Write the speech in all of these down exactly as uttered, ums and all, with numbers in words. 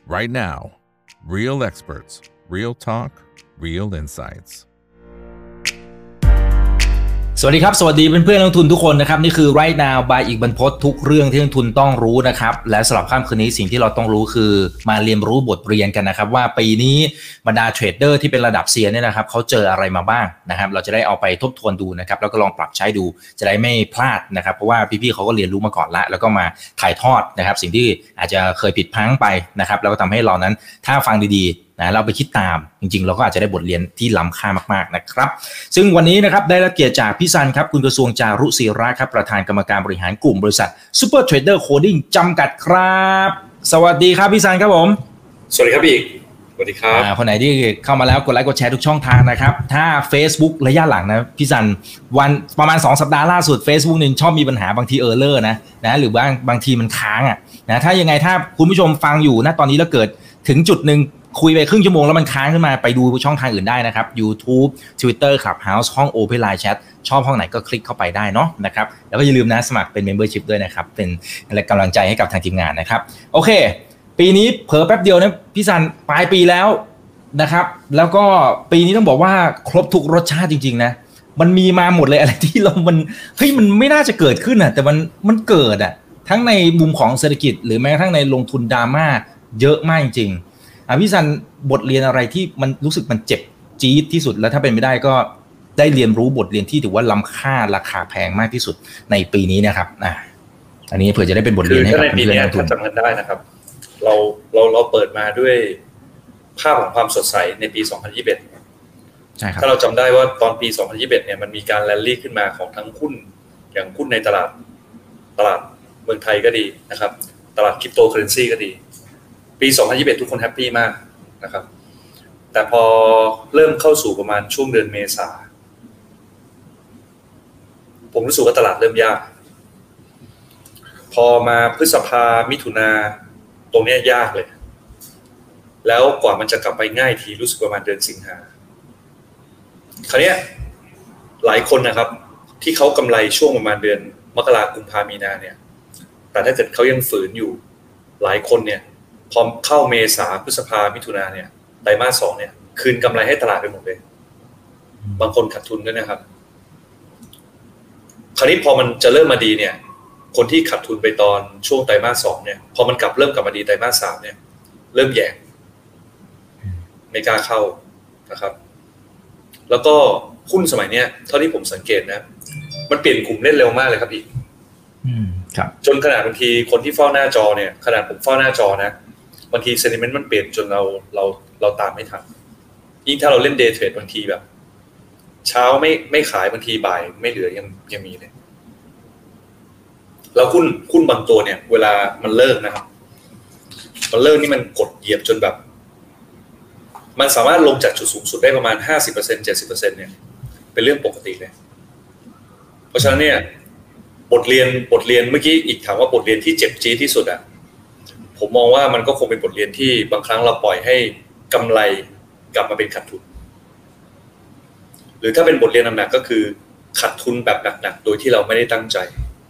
right now. Real experts, real talk, real insights. สวัสดีครับสวัสดีเพื่อนๆนักลงทุนทุกคนนะครับนี่คือ Right Now by อีกบรรพตทุกเรื่องที่นักลงทุนต้องรู้นะครับและสำหรับค่ำคืนนี้สิ่งที่เราต้องรู้คือมาเรียนรู้บทเรียนกันนะครับว่าปีนี้บรรดาเทรดเดอร์ที่เป็นระดับเซียนเนี่ยนะครับเขาเจออะไรมาบ้างนะครับเราจะได้เอาไปทบทวนดูนะครับแล้วก็ลองปรับใช้ดูจะได้ไม่พลาดนะครับเพราะว่าพี่ๆเขาก็เรียนรู้มาก่อนละแล้วก็มาถ่ายทอดนะครับสิ่งที่อาจจะเคยผิดพลั้งไปนะครับแล้วก็ทำให้เรานั้นถ้าฟังดีๆนะเราไปคิดตามจริงๆเราก็อาจจะได้บทเรียนที่ล้ำค่ามากๆนะครับซึ่งวันนี้นะครับได้รับเกียรติจากพี่ซันครับคุณกระทรวงจารุศิระครับประธานกรรมการบริหารกลุ่มบริษัท Super Trader Holding จำกัดครับสวัสดีครับพี่ซันครับผมสวัสดีครับพี่สวัสดีครับคนไหนที่เข้ามาแล้วกดไลค์กดแชร์ทุกช่องทางนะครับถ้า Facebook ระยะหลังนะพี่ซันวันประมาณสองสัปดาห์ล่าสุด Facebook นึงชอบมีปัญหาบางทีเออร์เลอร์นะนะหรือว่าบางทีมันค้างอ่ะนะถ้ายังไงถ้าคุณผู้ชมฟังอยู่นะตอนนี้แล้วเกิดถึงจุดนึงคุยไปครึ่งชั่วโมงแล้วมันค้างขึ้นมาไปดูช่องทางอื่นได้นะครับ YouTube Twitter Clubhouse ห้อง Open Line Chat ชอบห้องไหนก็คลิกเข้าไปได้เนาะนะครับแล้วก็อย่าลืมนะสมัครเป็น Membership ด้วยนะครับเป็นกำลังใจให้กับทางทีมงานนะครับโอเคปีนี้เผลอแป๊บเดียวนะพี่ซันปลายปีแล้วนะครับแล้วก็ปีนี้ต้องบอกว่าครบทุกรสชาติจริงๆนะมันมีมาหมดเลยอะไรที่เรามันเฮ้ยมันไม่น่าจะเกิดขึ้นอ่ะแต่มันมันเกิดอ่ะทั้งในมุมของเศรษฐกิจหรือแม้กระทั่งในลงทุนดราม่าเยอะมากจริงอ่ะพี่ซันบทเรียนอะไรที่มันรู้สึกมันเจ็บจี๊ดที่สุดแล้วถ้าเป็นไม่ได้ก็ได้เรียนรู้บทเรียนที่ถือว่าล้ำค่าราคาแพงมากที่สุดในปีนี้นะครับอ่ะอันนี้เผื่อจะได้เป็นบทเรียนให้กับเพื่อนๆนักลงทุนจำกันได้นะครับเราเราเราเปิดมาด้วยภาพของความสดใสในปีสองพันยี่สิบเอ็ดใช่ครับถ้าเราจำได้ว่าตอนปีสองพันยี่สิบเอ็ดเนี่ยมันมีการแรลลี่ขึ้นมาของทั้งหุ้นอย่างหุ้นในตลาดตลาดเมืองไทยก็ดีนะครับตลาดคริปโตเคอเรนซีก็ดีปีสองพันยี่สิบเอ็ดทุกคนแฮปปี้มากนะครับแต่พอเริ่มเข้าสู่ประมาณช่วงเดือนเมษาผมรู้สึกว่าตลาดเริ่มยากพอมาพฤษภามิถุนาตรงนี้ยากเลยแล้วกว่ามันจะกลับไปง่ายทีรู้สึกประมาณเดือนสิงหาคราวนี้หลายคนนะครับที่เขากำไรช่วงประมาณเดือนมกราคมกุมภาพันธ์มีนาเนี่ยแต่ถ้าเกิดเขายังฝืนอยู่หลายคนเนี่ยพอเข้าเมษาพฤษภามิถุนาเนี่ยไตรมาสสองเนี่ยคืนกำไรให้ตลาดไปหมดเลยบางคนขาดทุนด้วยนะครับคราวนี้พอมันจะเริ่มมาดีเนี่ยคนที่ขาดทุนไปตอนช่วงไตรมาสสองเนี่ยพอมันกลับเริ่มกลับมาดีไตรมาสสามเนี่ยเริ่มแย่ไม่กล้าเข้านะครับแล้วก็หุ้นสมัยเนี้ยเท่าที่ผมสังเกตนะมันเปลี่ยนกลุ่มเล่นเร็วมากเลยครับพี่จนขนาดบางทีคนที่เฝ้าหน้าจอเนี่ยขนาดผมเฝ้าหน้าจอนะบางทีเซนิเมนต์มันเปลี่ยนจนเราเราเราตามไม่ทันยิ่งถ้าเราเล่นเดย์เทรดบางทีแบบเช้าไม่ไม่ขายบางทีบ่ายไม่เหลือยังยังมีเลยแล้วหุ้นหุ้นบางตัวเนี่ยเวลามันเลิกนะครับมันเลิกนี่มันกดเหยียบจนแบบมันสามารถลงจากจุดสูงสุดได้ประมาณ ห้าสิบเปอร์เซ็นต์ เจ็ดสิบเปอร์เซ็นต์ เนี่ยเป็นเรื่องปกติเลยเพราะฉะนั้นเนี่ยบทเรียนบทเรียนเมื่อกี้อีกถามว่าบทเรียนที่เจ็บจี๊ดที่สุดอ่ะผมมองว่ามันก็คงเป็นบทเรียนที่บางครั้งเราปล่อยให้กำไรกลับมาเป็นขาดทุนหรือถ้าเป็นบทเรียนหนักๆก็คือขาดทุนแบบหนักๆโดยที่เราไม่ได้ตั้งใจ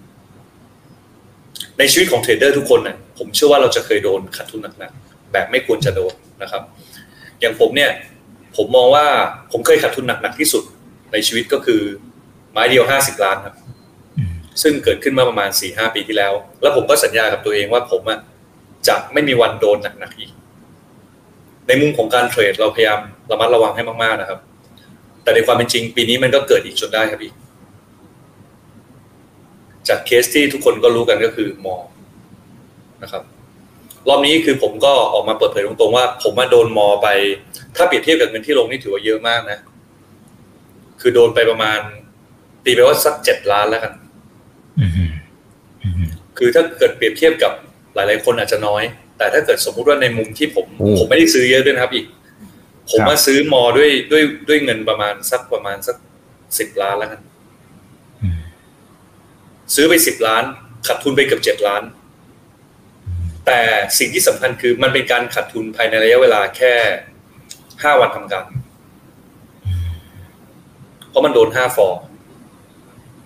ในชีวิตของเทรดเดอร์ทุกคนน่ะผมเชื่อว่าเราจะเคยโดนขาดทุนหนักๆแบบไม่ควรจะโดนนะครับอย่างผมเนี่ยผมมองว่าผมเคยขาดทุนหนักๆที่สุดในชีวิตก็คือไม้เดียวห้าสิบล้านครับซึ่งเกิดขึ้นมาประมาณ สี่ห้า ปีที่แล้วแล้วผมก็สัญญากับตัวเองว่าผมอ่ะจะไม่มีวันโดนหนักๆอีกในมุมของการเทรดเราพยายามระมัดระวังให้มากๆนะครับแต่ในความเป็นจริงปีนี้มันก็เกิดอีกจนได้ครับพี่จากเคสที่ทุกคนก็รู้กันก็คือมอนะครับรอบนี้คือผมก็ออกมาเปิดเผยตรงๆว่าผมมาโดนมอไปถ้าเปรียบเทียบกับเงินที่ลงนี่ถือว่าเยอะมากนะคือโดนไปประมาณตีไปว่าสักเจ็ดล้านแล้วกันคือถ้าเกิดเปรียบเทียบกับหลายๆคนอาจจะน้อยแต่ถ้าเกิดสมมุติว่าในมุมที่ผมผมไม่ได้ซื้อเยอะด้วยนะครับอีกผมมาซื้อมอด้วยด้วยด้วยเงินประมาณสักประมาณสักสิบล้านแล้วกันซื้อไปสิบล้านขาดทุนไปเกือบเจ็ดล้านแต่สิ่งที่สำคัญคือมันเป็นการขาดทุนภายในระยะเวลาแค่ห้าวันทำการเพราะมันโดนห้าฟอร์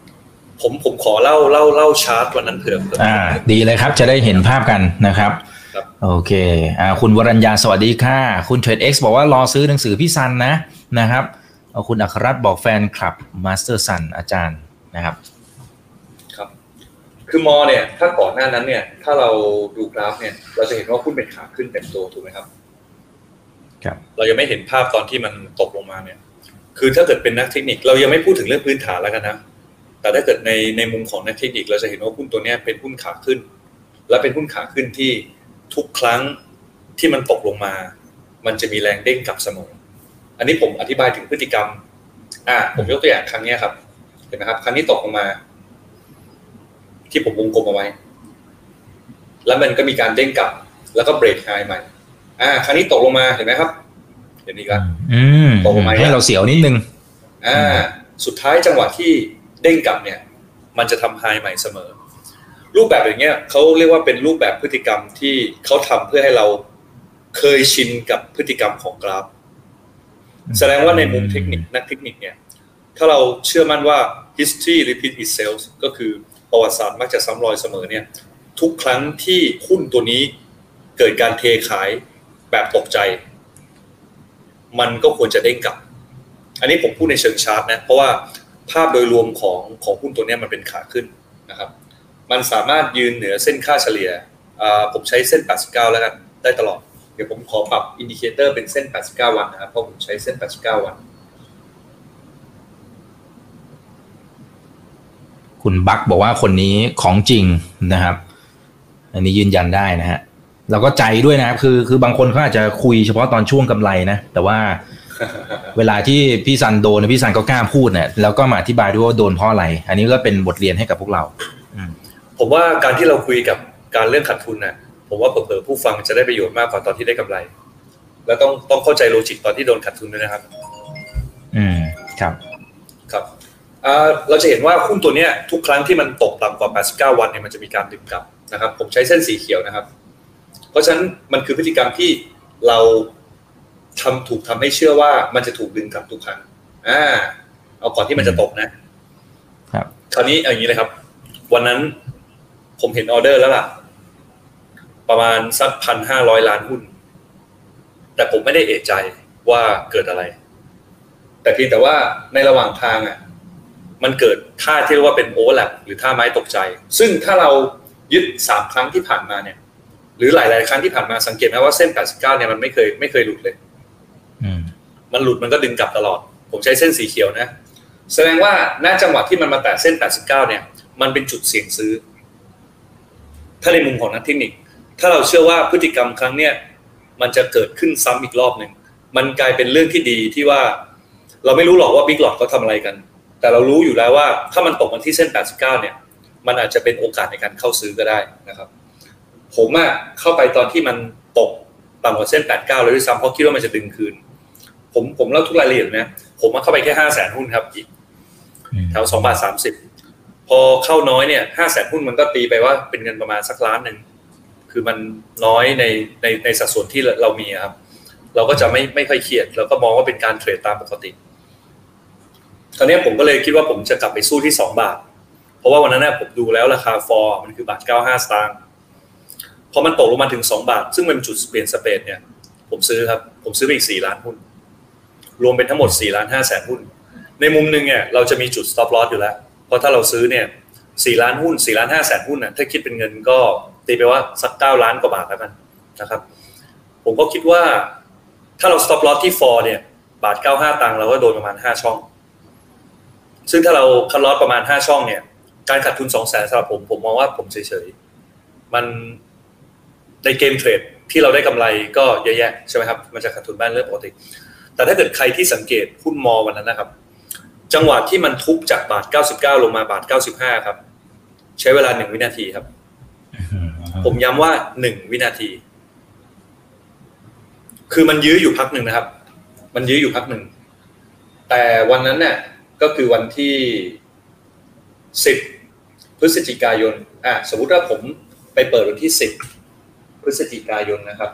ผมผมขอเล่าเล่าเล่าชาร์ตวันนั้นเผื่ออ่าดีเลยครับจะได้เห็นภาพกันนะครับโอเคอ่าคุณวรัญญาสวัสดีค่ะคุณ TradeX บอกว่ารอซื้อหนังสือพี่ซันนะนะครับเอาคุณอัครรัตน์บอกแฟนคลับ Master Sun อาจารย์นะครับครับคือมอเนี่ยถ้าก่อนหน้านั้นเนี่ยถ้าเราดูกราฟเนี่ยเราจะเห็นว่าหุ้นเป็นขาขึ้นเต็มตัวถูกไหมครับครับเรายังไม่เห็นภาพตอนที่มันตกลงมาเนี่ยคือถ้าเกิดเป็นนักเทคนิคเรายังไม่พูดถึงเรื่องพื้นฐานแล้วกันนะแต่ถ้าเกิดในในมุมของนักเทคนิคเราจะเห็นว่าหุ้นตัวนี้เป็นหุ้นขาขึ้นและเป็นหุ้นขาขึ้นที่ทุกครั้งที่มันตกลงมามันจะมีแรงเด้งกลับเสมออันนี้ผมอธิบายถึงพฤติกรรมอ่าผมยกตัวอย่างครั้งนี้ครับเห็นไหมครับครั้งนี้ตกลงมาที่ผมวงกลมเอาไว้แล้วมันก็มีการเด้งกลับแล้วก็เบรกไฮใหม่อ่าครั้งนี้ตกลงมาเห็นไหมครับเห็นดีครับตกลงมาให้เราเสียวนิดนึงอ่าสุดท้ายจังหวะที่เด้งกลับเนี่ยมันจะทำไฮใหม่เสมอรูปแบบอย่างเงี้ยเขาเรียกว่าเป็นรูปแบบพฤติกรรมที่เขาทำเพื่อให้เราเคยชินกับพฤติกรรมของกราฟแสดงว่าในมุมเทคนิคนักเทคนิคเนี่ยถ้าเราเชื่อมั่นว่า history repeat itself ก็คือประวัติศาสตร์มักจะซ้ำรอยเสมอเนี่ยทุกครั้งที่หุ้นตัวนี้เกิดการเทขายแบบตกใจมันก็ควรจะเด้งกลับอันนี้ผมพูดในเชิงชาร์ตนะเพราะว่าภาพโดยรวมของของหุ้นตัวนี้มันเป็นขาขึ้นนะครับมันสามารถยืนเหนือเส้นค่าเฉลี่ยผมใช้เส้นแปดสิบเก้าแล้วกันได้ตลอดเดี๋ยวผมขอปรับอินดิเคเตอร์เป็นเส้นแปดสิบเก้าวันนะครับเพราะผมใช้เส้นแปดสิบเก้าวันคุณบักบอกว่าคนนี้ของจริงนะครับอันนี้ยืนยันได้นะฮะแล้วก็ใจด้วยนะครับคือคือบางคนเขาอาจจะคุยเฉพาะตอนช่วงกำไรนะแต่ว่า เวลาที่พี่ซันโดนพี่ซันก็กล้าพูดเนี่ยแล้วก็มาอธิบายด้วยว่าโดนเพราะอะไรอันนี้ก็เป็นบทเรียนให้กับพวกเราผมว่าการที่เราคุยกับการเรื่องขาดทุนน่ะผมว่าเผลอๆผู้ฟังจะได้ประโยชน์มากกว่าตอนที่ได้กำไรแล้วต้องต้องเข้าใจโลจิกตอนที่โดนขาดทุนด้วยนะครับอืมครับครับอ่าเราจะเห็นว่าหุ้นตัวเนี้ยทุกครั้งที่มันตกต่ำกว่าแปดสิบเก้าวันเนี่ยมันจะมีการดึงกลับนะครับผมใช้เส้นสีเขียวนะครับเพราะฉะนั้นมันคือพฤติกรรมที่เราทำถูกทำให้เชื่อว่ามันจะถูกดึงกลับทุกครั้งอ่าเอาก่อนที่มันจะตกนะครับคราวนี้เอาอย่างนี้เลยครับวันนั้นผมเห็นออเดอร์แล้วล่ะประมาณสัก หนึ่งพันห้าร้อย ล้านหุ้นแต่ผมไม่ได้เอะใจว่าเกิดอะไรแต่เพียงแต่ว่าในระหว่างทางอ่ะมันเกิดท่าที่เรียกว่าเป็นโอเวอร์แลปหรือท่าไม้ตกใจซึ่งถ้าเรายึดสามครั้งที่ผ่านมาเนี่ยหรือหลายๆครั้งที่ผ่านมาสังเกตไหมว่าเส้นแปดสิบเก้าเนี่ยมันไม่เคยไม่เคยหลุดเลยมันหลุดมันก็ดึงกลับตลอดผมใช้เส้นสีเขียวนะแสดงว่าณจังหวะที่มันมาแตะเส้นแปดสิบเก้าเนี่ยมันเป็นจุดเสี่ยงซื้อถ้าในมุมของนักเทคนิคถ้าเราเชื่อว่าพฤติกรรมครั้งเนี้ยมันจะเกิดขึ้นซ้ำอีกรอบนึงมันกลายเป็นเรื่องที่ดีที่ว่าเราไม่รู้หรอกว่าบิ๊กหลอทเขาทำอะไรกันแต่เรารู้อยู่แล้วว่าถ้ามันตกมาที่เส้นแปดสิบเก้าเนี่ยมันอาจจะเป็นโอกาสในการเข้าซื้อก็ได้นะครับผมอ่ะเข้าไปตอนที่มันตกต่ำกว่าเส้นแปดสิบเก้าเลยด้วยซ้ำเพราะคิดว่ามันจะดึงคืนผมผมเล่าทุกรายละเอียดนะผมมาเข้าไปแค่ ห้าแสน หุ้นครับอีกแถวสองบาทสามสิบพอเข้าน้อยเนี่ย ห้าแสน หุ้นมันก็ตีไปว่าเป็นเงินประมาณสักล้านนึงคือมันน้อยในในในสัดส่วนที่เรามีครับเราก็จะไม่ไม่ค่อยเครียดเราก็มองว่าเป็นการเทรดตามปกติตอนนี้ผมก็เลยคิดว่าผมจะกลับไปสู้ที่สองบาทเพราะว่าวันนั้นเนี่ยผมดูแล้วราคาฟอร์มันคือบาทเก้าสิบห้าสตางค์พอมันตกลงมาถึงสองบาทซึ่งเป็นจุดเปลี่ยนสเปรดเนี่ยผมซื้อครับผมซื้อไปอีกสี่ล้านหุ้นรวมเป็นทั้งหมดสี่ล้านห้าแสนหุ้นในมุมนึงเนี่ยเราจะมีจุด stop loss อยู่แล้วเพราะถ้าเราซื้อเนี่ยสี่ล้านหุ้นสี่ล้านห้าแสนหุ้นน่ะถ้าคิดเป็นเงินก็ตีไปว่าสักเก้าล้านกว่าบาทแล้วกันนะครับผมก็คิดว่าถ้าเรา stop loss ที่ฟอร์เนี่ยบาทเก้าสิบห้าตังค์เราก็โดนประมาณห้าช่องซึ่งถ้าเราคัทลอสประมาณห้าช่องเนี่ยการขาดทุน สองแสน สำหรับผมผมมองว่าผมเฉยๆมันในเกมเทรดที่เราได้กำไรก็เยอะแยะใช่ไหมครับมันจะขาดทุนบ้างเรื่องปกติแต่ถ้าเกิดใครที่สังเกตหุ้นมอวันนั้นนะครับจังหวะที่มันทุบจากบาทเก้าสิบเก้าลงมาบาทเก้าสิบห้าครับใช้เวลาหนึ่งวินาทีครับผมย้ำว่าหนึ่งวินาทีคือมันยื้ออยู่พักหนึ่งนะครับมันยื้ออยู่พักหนึ่งแต่วันนั้นเนี่ยก็คือวันที่สิบพฤศจิกายนอ่ะสมมุติว่าผมไปเปิดวันที่สิบพฤศจิกายนนะครับ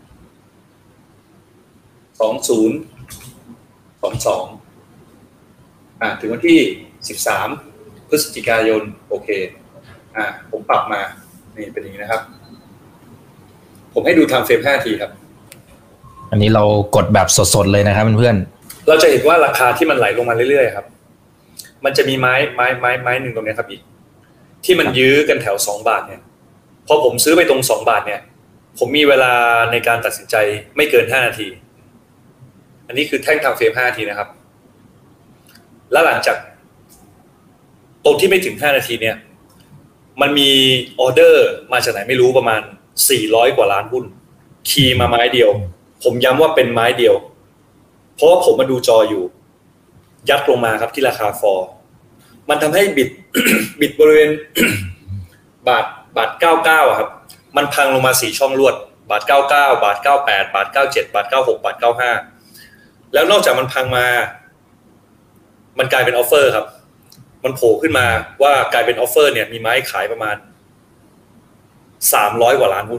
สองพันยี่สิบสองอ่ะถึงวันที่สิบสามพฤศจิกายนโอเคอ่ะผมปรับมานี่เป็นอย่างนี้นะครับผมให้ดูไทม์เฟรมห้านาทีครับอันนี้เรากดแบบสดๆเลยนะครับเพื่อนๆเราจะเห็นว่าราคาที่มันไหลลงมาเรื่อยๆครับมันจะมีไม้ไม้ไม้ไม้หนึ่งตรงนี้ครับอีกที่มันยื้อกันแถวสองบาทเนี่ยพอผมซื้อไปตรงสองบาทเนี่ยผมมีเวลาในการตัดสินใจไม่เกินห้านาทีอันนี้คือแท่งไทม์เฟรมห้านาทีนะครับแล้วหลังจากตรงที่ไม่ถึงห้านาทีเนี่ยมันมีออเดอร์มาจากไหนไม่รู้ประมาณสี่ร้อยกว่าล้านหุ้นคีย์มาไม้เดียวผมย้ำว่าเป็นไม้เดียวเพราะว่าผมมาดูจออยู่ยัดลงมาครับที่ราคาฟอร์มันทำให้บิด บิดบริเวณ บาทบาทเก้าสิบเก้าอ่ะครับมันพังลงมาสี่ช่องรวดบาทเก้าสิบเก้าบาทเก้าสิบแปดบาทเก้าสิบเจ็ดบาทเก้าสิบหกบาทเก้าสิบห้าแล้วนอกจากมันพังมามันกลายเป็นออฟเฟอร์ครับมันโผล่ขึ้นมาว่ากลายเป็นออฟเฟอร์เนี่ยมีไม้ขายประมาณสามร้อยกว่าล้านหุ้น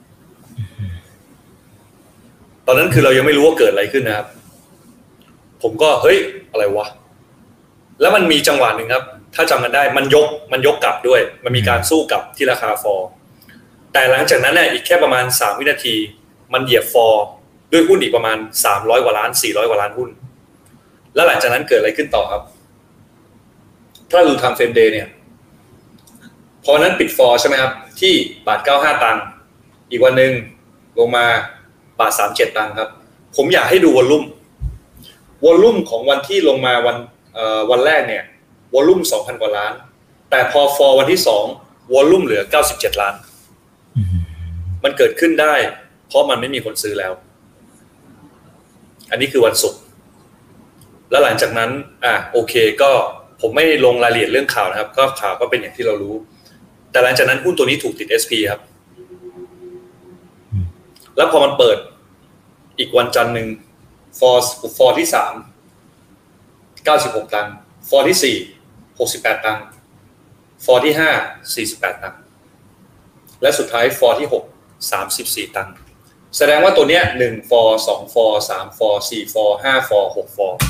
ตอนนั้นคือเรายังไม่รู้ว่าเกิดอะไรขึ้นนะครับผมก็เฮ้ยอะไรวะแล้วมันมีจังหวะหนึ่งครับถ้าจำกันได้มันยกมันยกกลับด้วยมันมีการสู้กลับที่ราคาฟอร์แต่หลังจากนั้นเนี่ยอีกแค่ประมาณสามวินาทีมันเหยียบฟอร์ด้วยหุ้นอีกประมาณสามร้อยกว่าล้านสี่ร้อยกว่าล้านหุ้นแล้วหลังจากนั้นเกิดอะไรขึ้นต่อครับถ้าดูไทม์เฟรมเดย์เนี่ยพอนั้นปิดฟอร์ใช่ไหมครับที่บาทเก้าสิบห้าตังค์อีกวันนึงลงมาบาทสามสิบเจ็ดตังค์ครับผมอยากให้ดูวอลลุ่มวอลลุ่มของวันที่ลงมาวันเอ่อวันแรกเนี่ยวอลลุ่ม สองพัน กว่าล้านแต่พอฟอร์วันที่สองวอลลุ่มเหลือเก้าสิบเจ็ดล้านมันเกิดขึ้นได้เพราะมันไม่มีคนซื้อแล้วอันนี้คือวันศุกร์แล้วหลังจากนั้นอ่ะโอเคก็ผมไม่ลงรายละเอียดเรื่องข่าวนะครับก็ข่าวก็เป็นอย่างที่เรารู้แต่หลังจากนั้นหุ้นตัวนี้ถูกติด เอส พี ครับแล้วพอมันเปิดอีกวันจันทร์นึงฟอร์ฟอร์ที่สามเก้าสิบหกตังค์ฟอร์ที่สี่หกสิบแปดตังค์ฟอร์ที่ห้าสี่สิบแปดตังค์และสุดท้ายฟอร์ที่หกสามสิบสี่ตังค์แสดงว่าตัวเนี้ยหนึ่งฟอร์สองฟอร์สามฟอร์สี่ฟอร์ห้าฟอร์หกฟอร์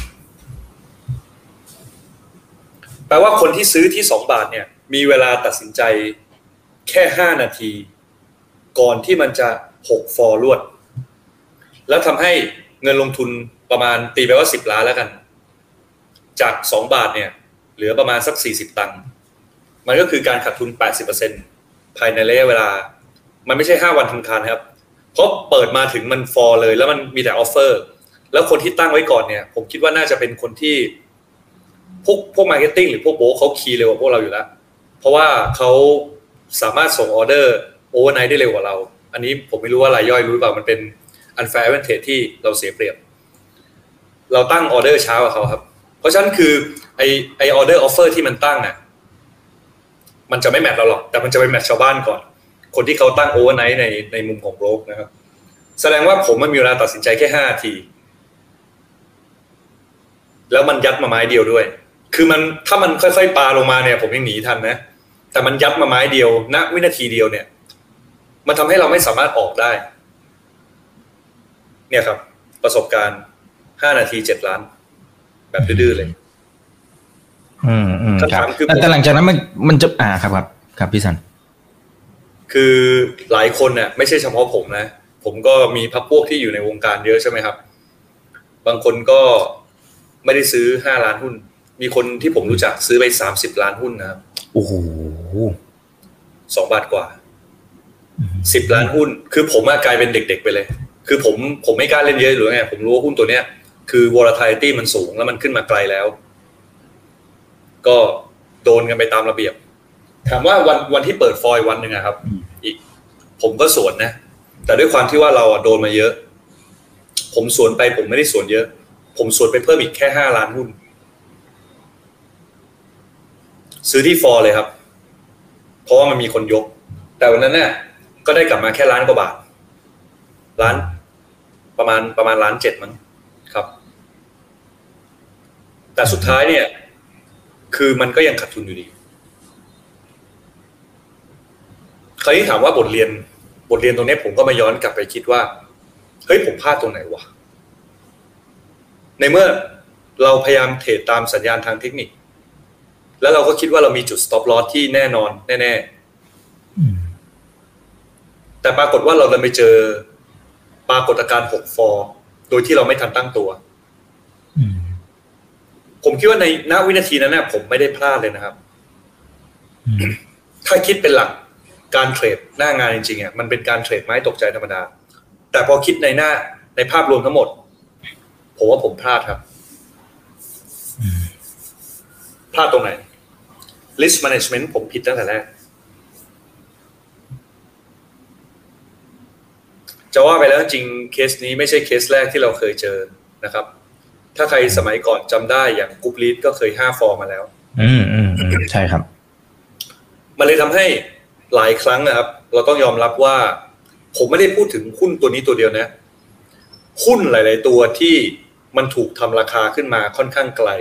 แปลว่าคนที่ซื้อที่สองบาทเนี่ยมีเวลาตัดสินใจแค่ห้านาทีก่อนที่มันจะหกฟอร์รวดแล้วทำให้เงินลงทุนประมาณตีไปว่าสิบล้านแล้วกันจากสองบาทเนี่ยเหลือประมาณสักสี่สิบตังค์มันก็คือการขาดทุน แปดสิบเปอร์เซ็นต์ ภายในระยะเวลามันไม่ใช่ห้าวันทำการครับเพราะเปิดมาถึงมันฟอร์เลยแล้วมันมีแต่ออฟเฟอร์แล้วคนที่ตั้งไว้ก่อนเนี่ยผมคิดว่าน่าจะเป็นคนที่พวกพวกมาร์เก็ตติ้งหรือพวกโบรกเขาคีย์เร็วกว่าพวกเราอยู่แล้วเพราะว่าเขาสามารถส่งออเดอร์โอเวอร์ไนท์ได้เร็วกว่าเราอันนี้ผมไม่รู้ว่ารายย่อยรู้หรือเปล่ามันเป็น unfair advantage ที่เราเสียเปรียบเราตั้งออเดอร์ช้ากว่าเขาครับเพราะฉะนั้นคือไอไอออเดอร์ออฟเฟอร์ที่มันตั้งอ่ะมันจะไม่แมทเราหรอกแต่มันจะไปแมทชาวบ้านก่อนคนที่เขาตั้งโอเวอร์ไนท์ในในมุมของโบรกนะครับแสดงว่าผมมันมีเวลาตัดสินใจแค่ห้านาทีแล้วมันยัดมาไม้เดียวด้วยคือมันถ้ามันค่อยๆปาลงมาเนี่ยผมยังหนีทันนะแต่มันยัดมาไม้เดียวณวินาทีเดียวเนี่ยมันทำให้เราไม่สามารถออกได้เนี่ยครับประสบการณ์ห้านาทีเจ็ดล้านแบบดื้อๆเลยอืมอืมครับแต่หลังจากนั้นมันมันจะอ่าครับครับครับพี่สันคือหลายคนเนี่ยไม่ใช่เฉพาะผมนะผมก็มีพรรคพวกที่อยู่ในวงการเยอะใช่ไหมครับบางคนก็ไม่ได้ซื้อห้าล้านหุ้นมีคนที่ผมรู้จักซื้อไปสามสิบล้านหุ้นนะครับโอ้โหสองบาทกว่าสิบล้านหุ้นคือผมกลายเป็นเด็กๆไปเลยคือผมผมไม่กล้าเล่นเยอะหรือไงผมรู้ว่าหุ้นตัวเนี้ยคือ volatility มันสูงแล้วมันขึ้นมาไกลแล้วก็โดนกันไปตามระเบียบถามว่าวันวันที่เปิดฟอยวันหนึ่งครับอีกผมก็สวนนะแต่ด้วยความที่ว่าเราโดนมาเยอะผมสวนไปผมไม่ได้สวนเยอะผมสวนไปเพิ่มอีกแค่ห้าล้านหุ้นซื้อที่ฟอร์เลยครับเพราะว่ามันมีคนยกแต่วันนั้นเนี่ยก็ได้กลับมาแค่ล้านกว่าบาทล้านประมาณประมาณล้านเจ็ดมั้งครับแต่สุดท้ายเนี่ยคือมันก็ยังขาดทุนอยู่ดีคราวนี้ถามว่าบทเรียนบทเรียนตรงนี้ผมก็มาย้อนกลับไปคิดว่าเฮ้ยผมพลาดตรงไหนวะในเมื่อเราพยายามเทรดตามสัญญาณทางเทคนิคแล้วเราก็คิดว่าเรามีจุด stop loss ที่แน่นอนแน่ๆแต่แต่ปรากฏว่าเราดันไปเจอปรากฏการณ์หกฟอร์โดยที่เราไม่ทันตั้งตัวผมคิดว่าในณวินาทีนั้นนะผมไม่ได้พลาดเลยนะครับถ้าคิดเป็นหลักการเทรดหน้างานจริงๆอ่ะมันเป็นการเทรดไม้ตกใจธรรมดาแต่พอคิดในหน้าในภาพรวมทั้งหมดผมว่าผมพลาดครับพลาดตรงไหน risk management ผมผิดตั้งแต่แรกจะว่าไปแล้วจริงเคสนี้ไม่ใช่เคสแรกที่เราเคยเจอนะครับถ้าใครสมัยก่อนจำได้อย่างกรุ๊ปลีดก็เคยห้าฟอร์มาแล้วอืมอืมอืมใช่ครับมันเลยทำให้หลายครั้งนะครับเราต้องยอมรับว่าผมไม่ได้พูดถึงหุ้นตัวนี้ตัวเดียวนะหุ้นหลายๆตัวที่มันถูกทำราคาขึ้นมาค่อนข้างไกล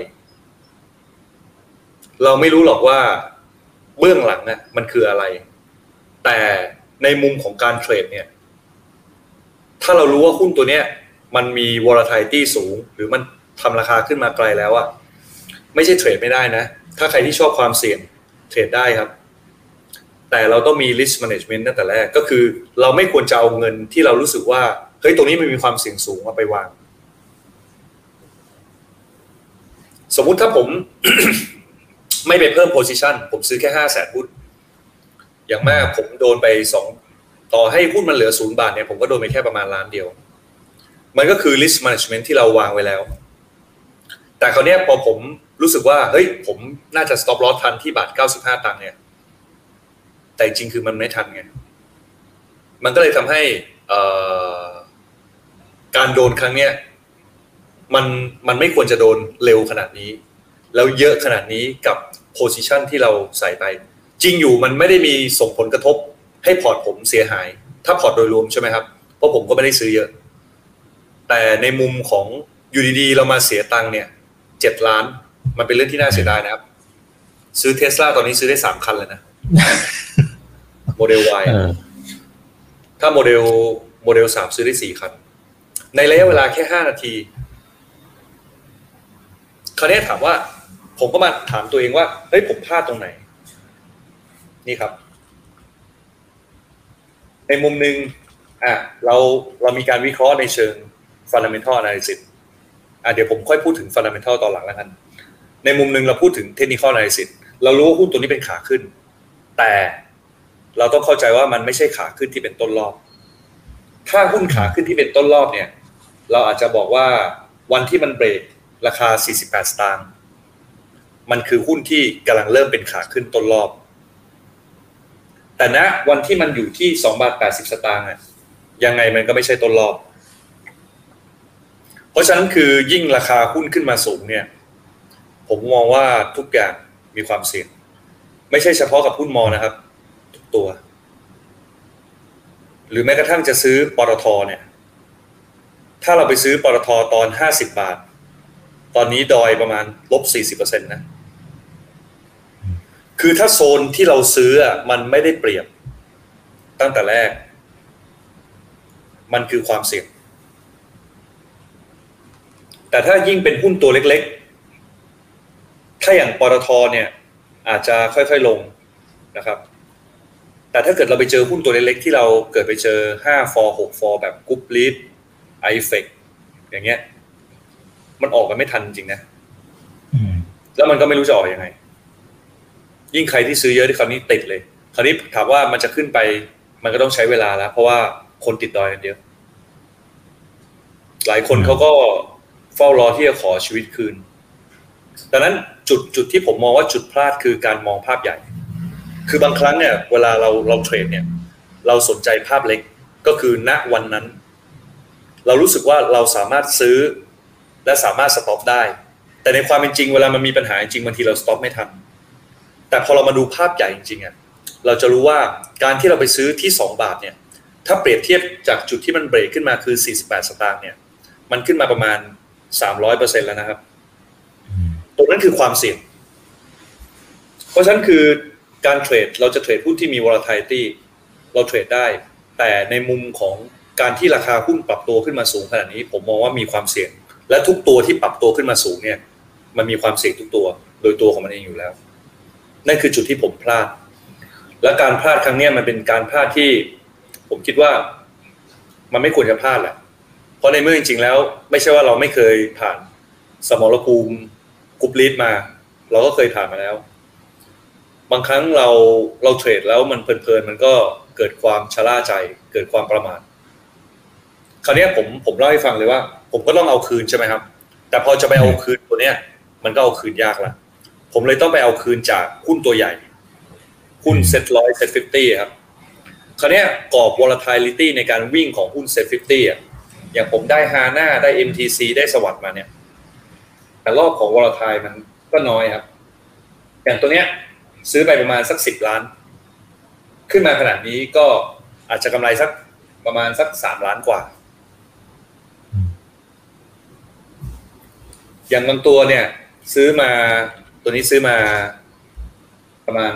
เราไม่รู้หรอกว่าเบื้องหลังน่ะมันคืออะไรแต่ในมุมของการเทรดเนี่ยถ้าเรารู้ว่าหุ้นตัวเนี้ยมันมี volatility สูงหรือมันทำราคาขึ้นมาไกลแล้วอะไม่ใช่เทรดไม่ได้นะถ้าใครที่ชอบความเสี่ยงเทรดได้ครับแต่เราต้องมี risk management ตั้งแต่แรกก็คือเราไม่ควรจะเอาเงินที่เรารู้สึกว่าเฮ้ยตรงนี้มันมีความเสี่ยงสูงมาไปวางสมมุติถ้าผม ไม่ไปเพิ่ม position ผมซื้อแค่ห้าแสนหุ้นอย่างมากผมโดนไปสองต่อให้หุ้นมันเหลือศูนย์บาทเนี่ยผมก็โดนไปแค่ประมาณล้านเดียวมันก็คือ risk management ที่เราวางไว้แล้วแต่คราวนี้พอผมรู้สึกว่าเฮ้ยผมน่าจะ stop loss ทันที่บาทเก้าสิบห้าตังค์เนี่ยแต่จริงคือมันไม่ทันไงมันก็เลยทำให้การโดนครั้งเนี้ยมันมันไม่ควรจะโดนเร็วขนาดนี้แล้วเยอะขนาดนี้กับ position ที่เราใส่ไปจริงอยู่มันไม่ได้มีส่งผลกระทบให้พอร์ตผมเสียหายถ้าพอร์ตโดยรวมใช่ไหมครับเพราะผมก็ไม่ได้ซื้อเยอะแต่ในมุมของอยู่ดีๆเรามาเสียตังค์เนี่ยเจ็ดล้านมันเป็นเรื่องที่น่าเสียดายนะครับซื้อ Tesla ตอนนี้ซื้อได้สามคันเลยนะโมเดล Y ถ้าโมเดลโมเดลสามซื้อได้สี่คันในระยะเวลาแค่ห้านาทีคราวนี้ถามว่าผมก็มาถามตัวเองว่าเฮ้ยผมพลาดตรงไหนนี่ครับในมุมนึงอ่ะเราเรามีการวิเคราะห์ในเชิง fundamental analysis อ่ะเดี๋ยวผมค่อยพูดถึง fundamental ตอนหลังแล้วกันในมุมนึงเราพูดถึง technical analysis เรารู้ว่าหุ้นตัวนี้เป็นขาขึ้นแต่เราต้องเข้าใจว่ามันไม่ใช่ขาขึ้นที่เป็นต้นรอบถ้าหุ้นขาขึ้นที่เป็นต้นรอบเนี่ยเราอาจจะบอกว่าวันที่มันเบรกราคาสี่สิบแปดสตางค์มันคือหุ้นที่กำลังเริ่มเป็นขาขึ้นต้นรอบแต่ณวันที่มันอยู่ที่สองบาทแปดสิบสตางค์อ่ะยังไงมันก็ไม่ใช่ต้นรอบเพราะฉะนั้นคือยิ่งราคาหุ้นขึ้นมาสูงเนี่ยผมมองว่าทุกอย่างมีความเสี่ยงไม่ใช่เฉพาะกับหุ้นมอนะครับทุกตัวหรือแม้กระทั่งจะซื้อปตท.เนี่ยถ้าเราไปซื้อปตท.ตอนห้าสิบบาทตอนนี้ดอยประมาณ ลบสี่สิบเปอร์เซ็นต์ นะคือถ้าโซนที่เราซื้ออ่ะมันไม่ได้เปรียบตั้งแต่แรกมันคือความเสี่ยงแต่ถ้ายิ่งเป็นหุ้นตัวเล็กๆถ้าอย่างปตท.เนี่ยอาจจะค่อยๆลงนะครับแต่ถ้าเกิดเราไปเจอหุ้นตัวเล็กๆที่เราเกิดไปเจอห้าฟอร์หกฟอร์แบบกรุ๊ปลีดไอเฟกอย่างเงี้ยมันออกกันไม่ทันจริงนะแล้วมันก็ไม่รู้จะออกยังไงยิ่งใครที่ซื้อเยอะที่คราวนี้ติดเลยคราวนี้ถามว่ามันจะขึ้นไปมันก็ต้องใช้เวลาแล้วเพราะว่าคนติดดอยกันเยอะหลายคนเขาก็เฝ้ารอที่จะขอชีวิตคืนดังนั้นจุดจุดที่ผมมองว่าจุดพลาดคือการมองภาพใหญ่คือบางครั้งเนี่ยเวลาเราเราเทรดเนี่ยเราสนใจภาพเล็กก็คือณวันนั้นเรารู้สึกว่าเราสามารถซื้อและสามารถสต็อปได้แต่ในความเป็นจริงเวลามันมีปัญหาจริงบางทีเราสต็อปไม่ทันแต่พอเรามาดูภาพใหญ่จริงๆอ่ะเราจะรู้ว่าการที่เราไปซื้อที่สองบาทเนี่ยถ้าเปรียบเทียบจากจุดที่มันเบรกขึ้นมาคือสี่สิบแปดสตางค์เนี่ยมันขึ้นมาประมาณ สามร้อยเปอร์เซ็นต์ แล้วนะครับตรงนั้นคือความเสี่ยงเพราะฉะนั้นคือการเทรดเราจะเทรดหุ้นที่มี volatility เราเทรดได้แต่ในมุมของการที่ราคาหุ้นปรับตัวขึ้นมาสูงขนาดนี้ผมมองว่ามีความเสี่ยงและทุกตัวที่ปรับตัวขึ้นมาสูงเนี่ยมันมีความเสี่ยงทุกตัวโดยตัวของมันเองอยู่แล้วนั่นคือจุดที่ผมพลาดและการพลาดครั้งนี้มันเป็นการพลาดที่ผมคิดว่ามันไม่ควรจะพลาดแหละเพราะในเมื่อจริงๆแล้วไม่ใช่ว่าเราไม่เคยผ่านสมรภูมิกรุ๊ปลีดมาเราก็เคยผ่านมาแล้วบางครั้งเราเราเทรดแล้วมันเพลินๆมันก็เกิดความชะล่าใจเกิดความประมาทคราวนี้ผมผมเล่าให้ฟังเลยว่าผมก็ต้องเอาคืนใช่ไหมครับแต่พอจะไปเอาคืนตัวเนี้ยมันก็เอาคืนยากละผมเลยต้องไปเอาคืนจากหุ้นตัวใหญ่หุ้นเซ็ตร้อยเซ็ตฟิฟตี้ครับคราวนี้กรอบ volatility ในการวิ่งของหุ้นเซ็ตฟิฟตี้อ่ะอย่างผมได้ฮาน่าได้ เอ็ม ที ซี ได้สวัสด์มาเนี่ยแต่รอบของ volatile มันก็น้อยครับอย่างตัวเนี้ยซื้อไปประมาณสักสิบล้านขึ้นมาขนาดนี้ก็อาจจะกำไรสักประมาณสักสามล้านกว่าอย่างบางตัวเนี่ยซื้อมาตัวนี้ซื้อมาประมาณ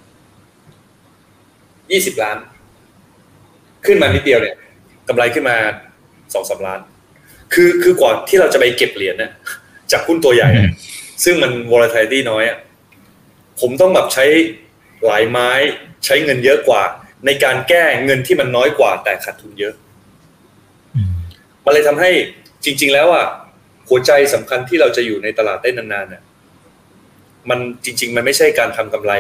ยี่สิบล้านขึ้นมานิดเดียวเนี่ยกำไรขึ้นมา สองถึงสาม ล้านคือคือกว่าที่เราจะไปเก็บเหรียญนะจากหุ้นตัวใหญ่ซึ่งมัน volatility น้อยอ่ะผมต้องแบบใช้หลายไม้ใช้เงินเยอะกว่าในการแก้เงินที่มันน้อยกว่าแต่ขาดทุนเยอะมันเลยทำให้จริงๆแล้วอ่ะหัวใจสำคัญที่เราจะอยู่ในตลาดได้นานๆเนี่ยมันจริงๆมันไม่ใช่การทำกำไร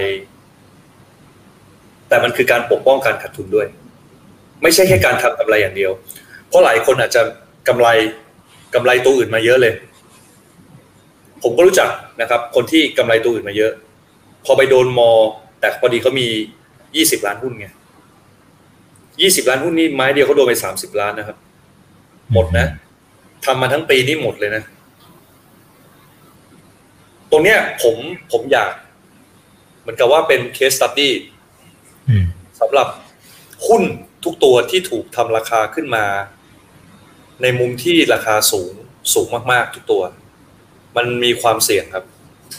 แต่มันคือการปกป้องการขาดทุนด้วยไม่ใช่แค่การทำกำไรอย่างเดียวเพราะหลายคนอาจจะกำไรกำไรตัวอื่นมาเยอะเลยผมก็รู้จักนะครับคนที่กำไรตัวอื่นมาเยอะพอไปโดนมอแต่พอดีเขามียี่สิบล้านหุ้นไงยี่สิบล้านหุ้นนี่ไม้เดียวเขาโดนไปสามสิบล้านนะครับหมดนะทำมาทั้งปีนี่หมดเลยนะตรงเนี้ยผมผมอยากเหมือนกับว่าเป็น case study สำหรับหุ้นทุกตัวที่ถูกทำราคาขึ้นมาในมุมที่ราคาสูงสูงมากๆทุกตัวมันมีความเสี่ยงครับ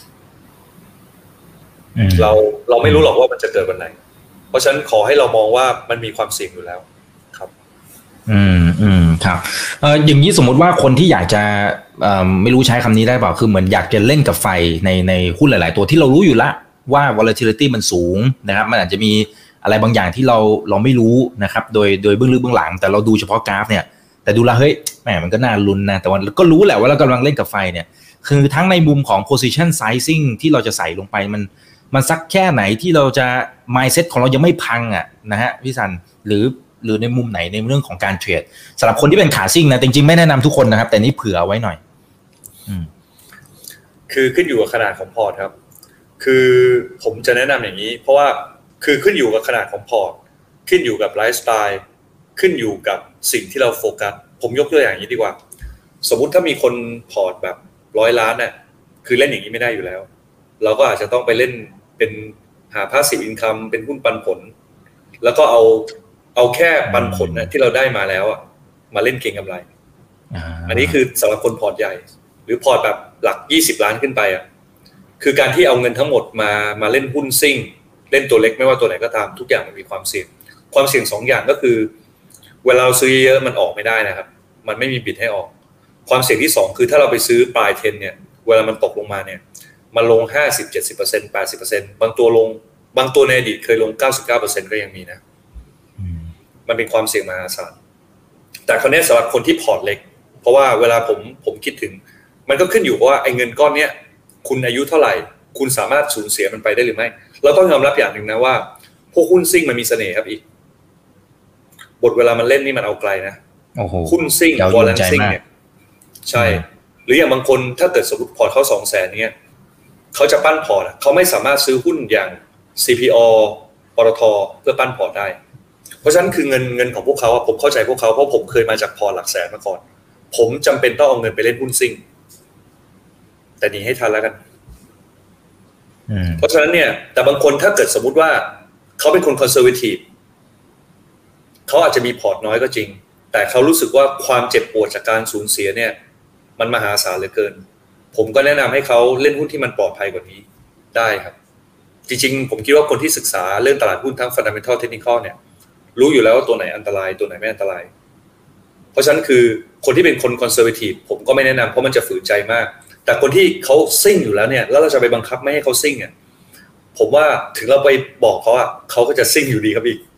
เราเราไม่รู้หรอกว่ามันจะเกิดวันไหนเพราะฉะนั้นขอให้เรามองว่ามันมีความเสี่ยงอยู่แล้วครับอืมอืมครับเอ่ออย่างนี้สมมติว่าคนที่อยากจะเอ่อไม่รู้ใช้คำนี้ได้เปล่าคือเหมือนอยากจะเล่นกับไฟในในหุ้นหลายๆตัวที่เรารู้อยู่ละว่า volatility มันสูงนะครับมันอาจจะมีอะไรบางอย่างที่เราเราไม่รู้นะครับโดยโดยเบื้องลึกเบื้องหลังแต่เราดูเฉพาะกราฟเนี่ยแต่ดูละเฮ้ยแหมมันก็น่าลุ้นนะแต่ว่าก็รู้แหละว่าเรากำลังเล่นกับไฟเนี่ยคือทั้งในมุมของ position sizing ที่เราจะใส่ลงไปมันมันสักแค่ไหนที่เราจะ mindset ของเรายังไม่พังอ่ะนะฮะพี่ซันหรือหรือในมุมไหนในเรื่องของการเทรดสำหรับคนที่เป็นขาซิ่งนะจริงๆไม่แนะนำทุกคนนะครับแต่นี่เผื่อไว้หน่อยอืมคือขึ้นอยู่กับขนาดของพอร์ตครับคือผมจะแนะนำอย่างนี้เพราะว่าคือขึ้นอยู่กับขนาดของพอร์ตขึ้นอยู่กับไลฟ์สไตล์ขึ้นอยู่กับสิ่งที่เราโฟกัสผมยกตัวอย่างนี้ดีกว่าสมมุติถ้ามีคนพอร์ตแบบร้อยล้านเนี่ยคือเล่นอย่างนี้ไม่ได้อยู่แล้วเราก็อาจจะต้องไปเล่นเป็นหา passive income เป็นหุ้นปันผลแล้วก็เอาเอาแค่ปันผลนะที่เราได้มาแล้วอ่ะมาเล่นเก็งกำไร อ, อันนี้คือสำหรับคนพอร์ตใหญ่หรือพอร์ตแบบหลักยี่สิบล้านขึ้นไปอ่ะคือการที่เอาเงินทั้งหมดมามาเล่นหุ้นซิ่งเล่นตัวเล็กไม่ว่าตัวไหนก็ตามทุกอย่างมันมีความเสี่ยงความเสี่ยงสองอย่างก็คือเวลาเราซื้อเยอะมันออกไม่ได้นะครับมันไม่มีบิดให้ออกความเสี่ยงที่สองคือถ้าเราไปซื้อปลายเทรนเนี่ยเวลามันตกลงมาเนี่ยมันลง ห้าสิบ เจ็ดสิบเปอร์เซ็นต์ แปดสิบเปอร์เซ็นต์ บางตัวลงบางตัวในอดีตเคยลง เก้าสิบเก้าเปอร์เซ็นต์ ก็ยังมีนะมันเป็นความเสี่ยงมหาศาลแต่คราวนี้สำหรับคนที่พอร์ตเล็กเพราะว่าเวลาผมผมคิดถึงมันก็ขึ้นอยู่ว่าไอ้เงินก้อนเนี้ยคุณอายุเท่าไหร่คุณสามารถสูญเสียมันไปได้หรือไม่เราต้องยอมรับอย่างหนึ่งนะว่าพวกหุ้นซิ่งมันมีเสน่ห์ครับอีกบทเวลามันเล่นนี่มันเอาไกลนะหุ้นซิ่งวอลเลนซิ่งเนี่ยใช่หรืออย่างบางคนถ้าเกิดสมมติพอร์ตเขา สองแสน เนี่ยเขาจะปั้นพอร์ตเขาไม่สามารถซื้อหุ้นอย่าง ซี พี โอ ปตท.เพื่อปั้นพอร์ตได้เพราะฉะนั้นคือเงินเงินของพวกเขาผมเข้าใจพวกเขาเพราะผมเคยมาจากพอร์ตหลักแสนมาก่อนผมจำเป็นต้องเอาเงินไปเล่นหุ้นซิ่งแต่หนีให้ทันแล้วกันเพราะฉะนั้นเนี่ยแต่บางคนถ้าเกิดสมมุติว่าเขาเป็นคนคอนเซอร์เวทีฟเขาอาจจะมีพอร์ตน้อยก็จริงแต่เขารู้สึกว่าความเจ็บปวดจากการสูญเสียเนี่ยมันมหาศาลเหลือเกินผมก็แนะนำให้เขาเล่นหุ้นที่มันปลอดภัยกว่านี้ได้ครับจริงๆผมคิดว่าคนที่ศึกษาเรื่องตลาดหุ้นทั้ง fundamental technical เนี่ยรู้อยู่แล้วว่าตัวไหนอันตรายตัวไหนไม่อันตรายเพราะฉะนั้นคือคนที่เป็นคนคอนเซอร์เวทีฟผมก็ไม่แนะนำเพราะมันจะฝืนใจมากแต่คนที่เขาซิ่งอยู่แล้วเนี่ยแล้วเราจะไปบังคับไม่ให้เขาซิ่งอ่ะผมว่าถึงเราไปบอกเขาอ่ะเขาก็จะซิ่งอยู่ดีครับอีก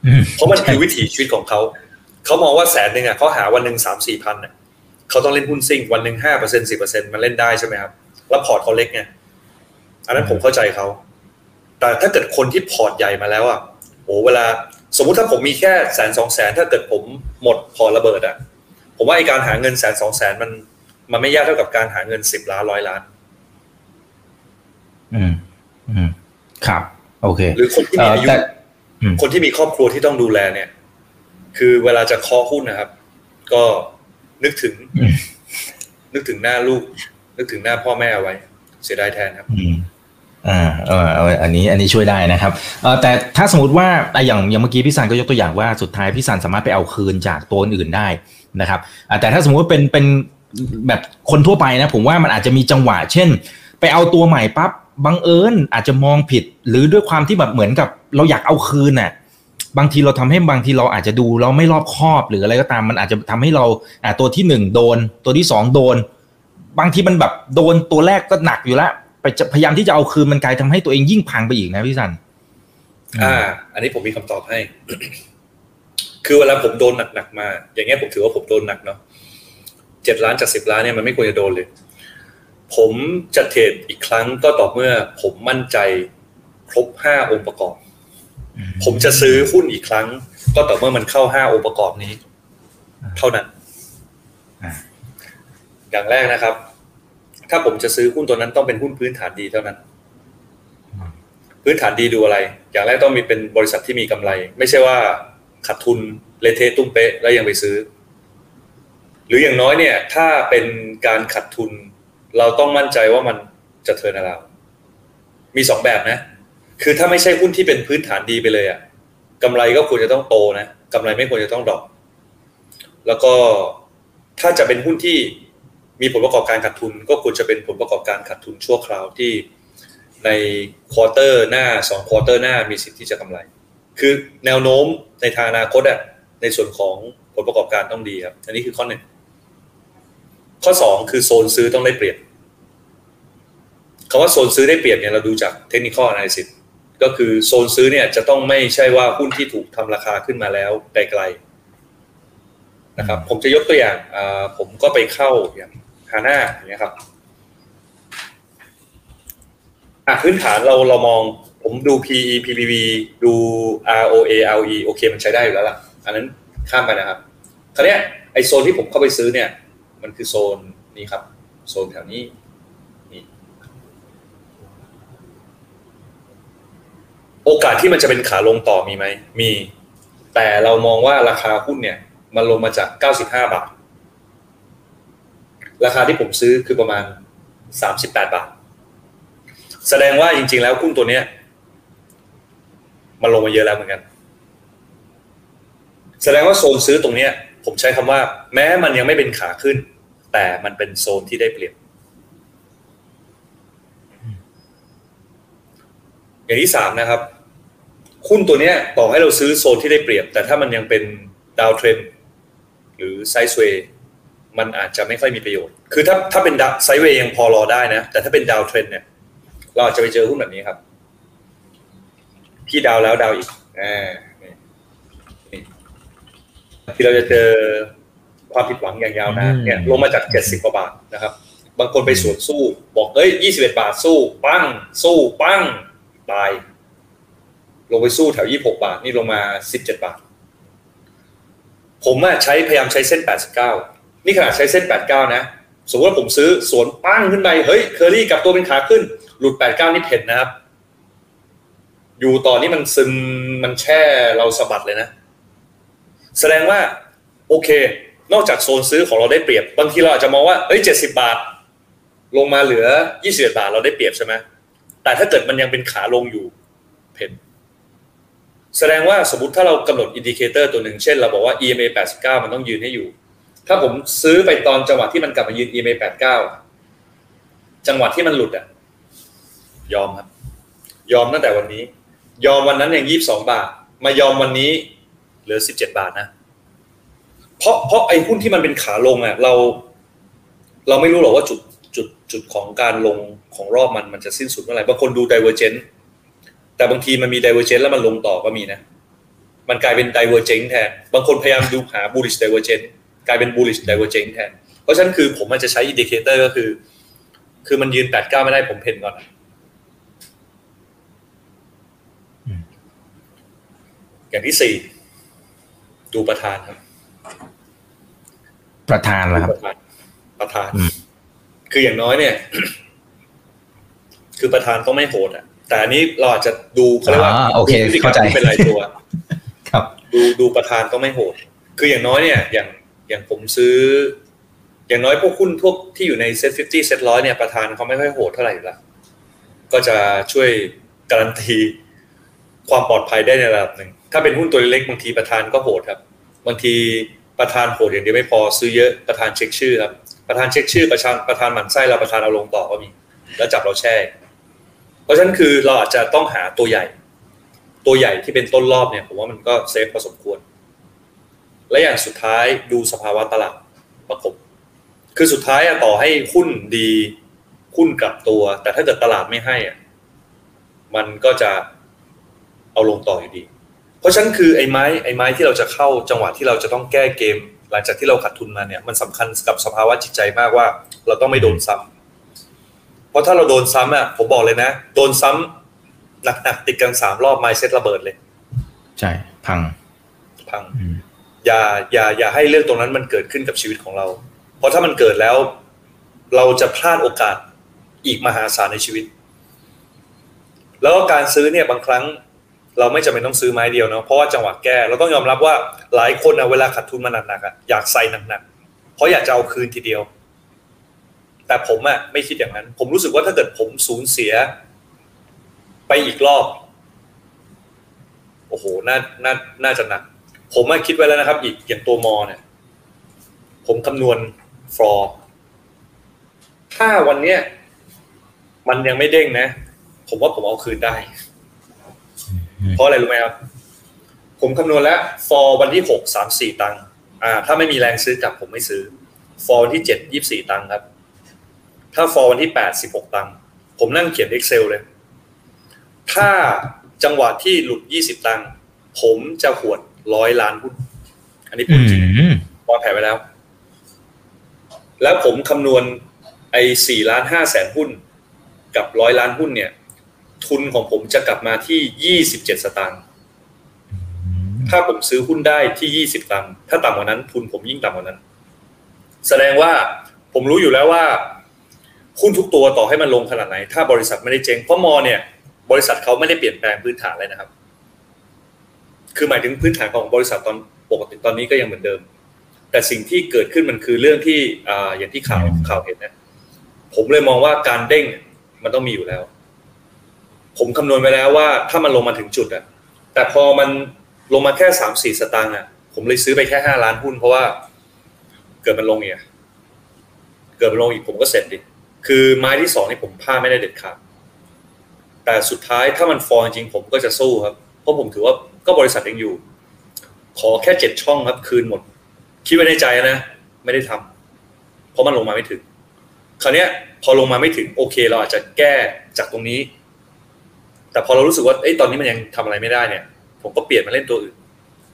เพราะมันคือวิถีชีวิตของเขาเขามองว่าแสนนึงอ่ะเขาหาวันนึง สามสี่พัน น่ะเขาต้องเล่นหุ้นซิ่งวันนึง ห้าเปอร์เซ็นต์ สิบเปอร์เซ็นต์ มันเล่นได้ใช่มั้ยครับแล้วพอร์ตเขาเล็กไงอันนั้นผมเข้าใจเขาแต่ถ้าเกิดคนที่พอร์ตใหญ่มาแล้วอ่ะโอ้เวลาสมมุติถ้าผมมีแค่แสนสองแสนถ้าเกิดผมหมดพอระเบิดอ่ะผมว่าไอ้การหาเงินแสนสองแสนมันมันไม่ยากเท่ากับการหาเงินสิบล้านร้อยล้านอืมอืมครับโอเคหรือคนที่มีอายุคนที่มีครอบครัวที่ต้องดูแลเนี่ยคือเวลาจะเคาะหุ้นนะครับก็นึกถึงนึกถึงหน้าลูกนึกถึงหน้าพ่อแม่เอาไว้เสียดายแทนครับอ่าเอออันนี้อันนี้ช่วยได้นะครับเออแต่ถ้าสมมติว่าอย่างอย่างเมื่อกี้พี่สันก็ยกตัวอย่างว่าสุดท้ายพี่สันสามารถไปเอาคืนจากตัวอื่นได้นะครับแต่ถ้าสมมติว่าเป็นเป็นแบบคนทั่วไปนะผมว่ามันอาจจะมีจังหวะเช่นไปเอาตัวใหม่ปั๊บบังเอิญอาจจะมองผิดหรือด้วยความที่แบบเหมือนกับเราอยากเอาคืนน่ะบางทีเราทำให้บางทีเราอาจจะดูเราไม่รอบคอบหรืออะไรก็ตามมันอาจจะทำให้เราอ่าตัวที่หนึ่งโดนตัวที่สองโดนบางทีมันแบบโดนตัวแรกก็หนักอยู่แล้วไปพยายามที่จะเอาคืนมันกลายทำให้ตัวเองยิ่งพังไปอีกนะพี่สันอ่าอันนี้ผมมีคำตอบให้ คือเวลาผมโดนหนักๆมาอย่างเงี้ยผมถือว่าผมโดนหนักเนาะเจ็ดล้านจากสิบล้านเนี่ยมันไม่ควรจะโดนเลยผมจะเทรดอีกครั้งก็ต่อเมื่อผมมั่นใจครบห้าองค์ประกอบผมจะซื้อหุ้นอีกครั้งก็ต่อเมื่อมันเข้าห้าองค์ประกอบนี้เท่านั้นอย่างแรกนะครับถ้าผมจะซื้อหุ้นตัวนั้นต้องเป็นหุ้นพื้นฐานดีเท่านั้นพื้นฐานดีดูอะไรอย่างแรกต้องมีเป็นบริษัทที่มีกำไรไม่ใช่ว่าขาดทุนเละเทะตุ้มเป๊ะแล้วยังไปซื้อหรืออย่างน้อยเนี่ยถ้าเป็นการขาดทุนเราต้องมั่นใจว่ามันจะเทิร์นอราวด์มีสองแบบนะคือถ้าไม่ใช่หุ้นที่เป็นพื้นฐานดีไปเลยอ่ะกำไรก็ควรจะต้องโตนะกำไรไม่ควรจะต้องดรอปแล้วก็ถ้าจะเป็นหุ้นที่มีผลประกอบการขาดทุนก็ควรจะเป็นผลประกอบการขาดทุนชั่วคราวที่ในควอเตอร์หน้าสองควอเตอร์หน้ามีสิทธิ์ที่จะกำไรคือแนวโน้มในทางอนาคตอ่ะในส่วนของผลประกอบการต้องดีครับอันนี้คือข้อหนึ่งข้อสองคือโซนซื้อต้องได้เปรียบคำว่าโซนซื้อได้เปรียบเนี่ยเราดูจาก Technical Analysis ก็คือโซนซื้อเนี่ยจะต้องไม่ใช่ว่าหุ้นที่ถูกทำราคาขึ้นมาแล้วไกลๆนะครับผมจะยกตัวอย่างผมก็ไปเข้าอย่างฮาน่าอย่างเงี้ยครับอ่ะพื้นฐานเราเรามองผมดู พี อี พี บี วี ดู อาร์ โอ เอ อาร์ โอ อี โอเคมันใช้ได้อยู่แล้วล่ะอันนั้นข้ามไปนะครับคราวเนี้ยไอโซนที่ผมเข้าไปซื้อเนี่ยมันคือโซนนี้ครับโซนแถวนี้นี่โอกาสที่มันจะเป็นขาลงต่อมีไหมมีแต่เรามองว่าราคาหุ้นเนี่ยมันลงมาจากเก้าสิบห้าบาทราคาที่ผมซื้อคือประมาณสามสิบแปดบาทแสดงว่าจริงๆแล้วหุ้นตัวเนี้ยมันลงมาเยอะแล้วเหมือนกันแสดงว่าโซนซื้อตรงเนี้ยผมใช้คำว่าแม้มันยังไม่เป็นขาขึ้นแต่มันเป็นโซนที่ได้เปรียบอย่างที่สามนะครับหุ้นตัวเนี้ยต่อให้เราซื้อโซนที่ได้เปรียบแต่ถ้ามันยังเป็นดาวเทรนด์หรือไซด์เวย์มันอาจจะไม่ค่อยมีประโยชน์คือถ้าถ้าเป็นไซด์เวย์ยังพอรอได้นะแต่ถ้าเป็นดาวเทรนด์เนี่ยเราอาจจะไปเจอหุ้นแบบนี้ครับที่ดาวแล้วดาวอีกอ่าที่เราจะเจอความผิดหวังอย่างยาวนานเนี่ยลงมาจากเจ็ดสิบกว่าบาทนะครับบางคนไปสวนสู้บอกเอ้ยยี่สิบเอ็ดบาทสู้ปั้งสู้ปั้งตายลงไปสู้แถวยี่สิบหกบาทนี่ลงมาสิบเจ็ดบาทผมอ่ะใช้พยายามใช้เส้นแปดสิบเก้านี่ขนาดใช้เส้นแปดสิบเก้านะสมมติว่าผมซื้อสวนปั้งขึ้นไปเฮ้ยเคอรี่กลับตัวเป็นขาขึ้นหลุดแปดสิบเก้านี่เพ่นนะครับอยู่ต่อนี่มันซึมมันแช่เราสะบัดเลยนะแสดงว่าโอเคนอกจากโซนซื้อของเราได้เปรียบบางทีเราอาจจะมองว่าเอ้ยเจ็ดสิบบาทลงมาเหลือยี่สิบเอ็ดบาทเราได้เปรียบใช่ไหมแต่ถ้าเกิดมันยังเป็นขาลงอยู่เพ่นแสดงว่าสมมุติถ้าเรากำหนดอินดิเคเตอร์ตัวหนึ่งเช่นเราบอกว่า อี เอ็ม เอ แปดสิบเก้ามันต้องยืนให้อยู่ถ้าผมซื้อไปตอนจังหวะที่มันกลับมายืน อี เอ็ม เอ แปดสิบเก้าจังหวะที่มันหลุดอ่ะยอมครับยอมตั้งแต่วันนี้ยอมวันนั้นอย่างยี่สิบสองบาทมายอมวันนี้เหลือสิบเจ็ดบาทนะเพราะเพราะไอ้หุ้นที่มันเป็นขาลงอ่ะเราเราไม่รู้หรอกว่าจุดจุดจุดของการลงของรอบมันมันจะสิ้นสุดเมื่อไหร่บางคนดู Divergent แต่บางทีมันมี Divergent แล้วมันลงต่อก็มีนะมันกลายเป็น divergent แทนบางคนพยายามดูหา bullish divergent กลายเป็น bullish divergent แทนเพราะฉะนั้นคือผมมันจะใช้ indicator ก็คือคือมันยืนแปดเก้าไม่ได้ผมเพนก่อนอย่างที่สี่ดูประธานครับประธานเหรอครับประธานคืออย่างน้อยเนี่ยคือประธานต้องไม่โหดอ่ะแต่อันนี้เราอาจจะดูเขาเรียกว่าโอเคเข้าใจเป็นรายตัวครับดูดูประธานต้องไม่โหดคืออย่างน้อยเนี่ยอย่างอย่างผมซื้ออย่างน้อยพวกหุ้นพวกที่อยู่ในเซ็ตห้าสิบเซ็ตหนึ่งร้อยเนี่ยประธานเขาไม่ค่อยโหดเท่าไหร่อยู่แล้วก็จะช่วยการันตีความปลอดภัยได้ในระดับหนึ่งถ้าเป็นหุ้นตัวเล็กบางทีประธานก็โหดครับบางทีประธานโหดอย่างเดียวไม่พอซื้อเยอะประธานเช็คชื่อครับประธานเช็คชื่อประธานประธานหมั่นไส้เราประธานเอาลงต่อก็มีแล้วจับเราแช่เพราะฉะนั้นคือเราอาจจะต้องหาตัวใหญ่ตัวใหญ่ที่เป็นต้นรอบเนี่ยผมว่ามันก็เซฟพอสมควรและอย่างสุดท้ายดูสภาวะตลาดประกบคือสุดท้ายอะต่อให้หุ้นดีหุ้นกลับตัวแต่ถ้าเกิดตลาดไม่ให้อะมันก็จะเอาลงต่ออยู่ดีเพราะฉะนั้นคือไอ้ไม้ไอ้ไม้ที่เราจะเข้าจังหวะที่เราจะต้องแก้เกมหลังจากที่เราขาดทุนมาเนี่ยมันสำคัญกับสภาวะจิตใจมากว่าเราต้องไม่โดนซ้ำเพราะถ้าเราโดนซ้ำอ่ะผมบอกเลยนะโดนซ้ำหนักๆติดกันสามรอบไมซ์เซ็ตระเบิดเลยใช่พังพังอย่าอย่าอย่าให้เรื่องตรงนั้นมันเกิดขึ้นกับชีวิตของเราเพราะถ้ามันเกิดแล้วเราจะพลาดโอกาสอีกมหาศาลในชีวิตแล้วก็การซื้อเนี่ยบางครั้งเราไม่จำเป็นต้องซื้อไม้เดียวเนาะเพราะว่าจังหวะแก้เราต้องยอมรับว่าหลายคนนะเวลาขาดทุนมาหนักๆอ่ะอยากใส่หนักๆเพราะอยากจะเอาคืนทีเดียวแต่ผมอ่ะไม่คิดอย่างนั้นผมรู้สึกว่าถ้าเกิดผมสูญเสียไปอีกรอบโอ้โหน่าน่าน่าจะหนักผมอ่ะคิดไว้แล้วนะครับอีกอย่างตัวมอเนี่ยผมคำนวณฟลอร์ถ้าวันเนี้ยมันยังไม่เด้งนะผมว่าผมเอาคืนได้เพราะอะไรรู้ไหมครับผมคำนวณแล้วฟอร์วันที่หก สามสิบสี่ตังค์อ่าถ้าไม่มีแรงซื้อกลับผมไม่ซื้อฟอร์วันที่เจ็ด ยี่สิบสี่ตังค์ครับถ้าฟอร์วันที่แปด สิบหกตังค์ผมนั่งเขียน Excel เลยถ้าจังหวะที่หลุดยี่สิบตังค์ผมจะหวดหนึ่งร้อยล้านหุ้นอันนี้พูดจริงวางแผนไว้แล้วแล้วผมคำนวณไอ้สี่ล้านห้าแสนหุ้นกับหนึ่งร้อยล้านหุ้นเนี่ยทุนของผมจะกลับมาที่ยี่สิบเจ็ดสตางค์ถ้าผมซื้อหุ้นได้ที่ยี่สิบตังค์ถ้าต่ำกว่านั้นทุนผมยิ่งต่ำกว่านั้นแสดงว่าผมรู้อยู่แล้วว่าหุ้นทุกตัวต่อให้มันลงขนาดไหนถ้าบริษัทไม่ได้เจ๊งเพราะมอเนี่ยบริษัทเขาไม่ได้เปลี่ยนแปลงพื้นฐานเลยนะครับคือหมายถึงพื้นฐานของบริษัทตอนปกติตอนนี้ก็ยังเหมือนเดิมแต่สิ่งที่เกิดขึ้นมันคือเรื่องที่อ่าอย่างที่ข่าวข่าวเห็นนะผมเลยมองว่าการเด้งมันต้องมีอยู่แล้วผมคำนวณไว้แล้วว่าถ้ามันลงมาถึงจุดอะแต่พอมันลงมาแค่ สามสี่ สตางค์อะผมเลยซื้อไปแค่ห้าล้านหุ้นเพราะว่าเกิดมันลงอีกเกิดมันลงอีกผมก็เสร็จดิคือไม้ที่สองนี่ผมพลาดไม่ได้เด็ดขาดแต่สุดท้ายถ้ามันฟอร์จริงผมก็จะสู้ครับเพราะผมถือว่าก็บริษัทยังอยู่ขอแค่เจ็ดช่องครับคืนหมดคิดไว้ในใจนะไม่ได้ทำเพราะมันลงมาไม่ถึงคราวนี้พอลงมาไม่ถึงโอเคเราอาจจะแก้จากตรงนี้แต่พอเรารู้สึกว่าเอ้ยตอนนี้มันยังทำอะไรไม่ได้เนี่ยผมก็เปลี่ยนมาเล่นตัวอื่น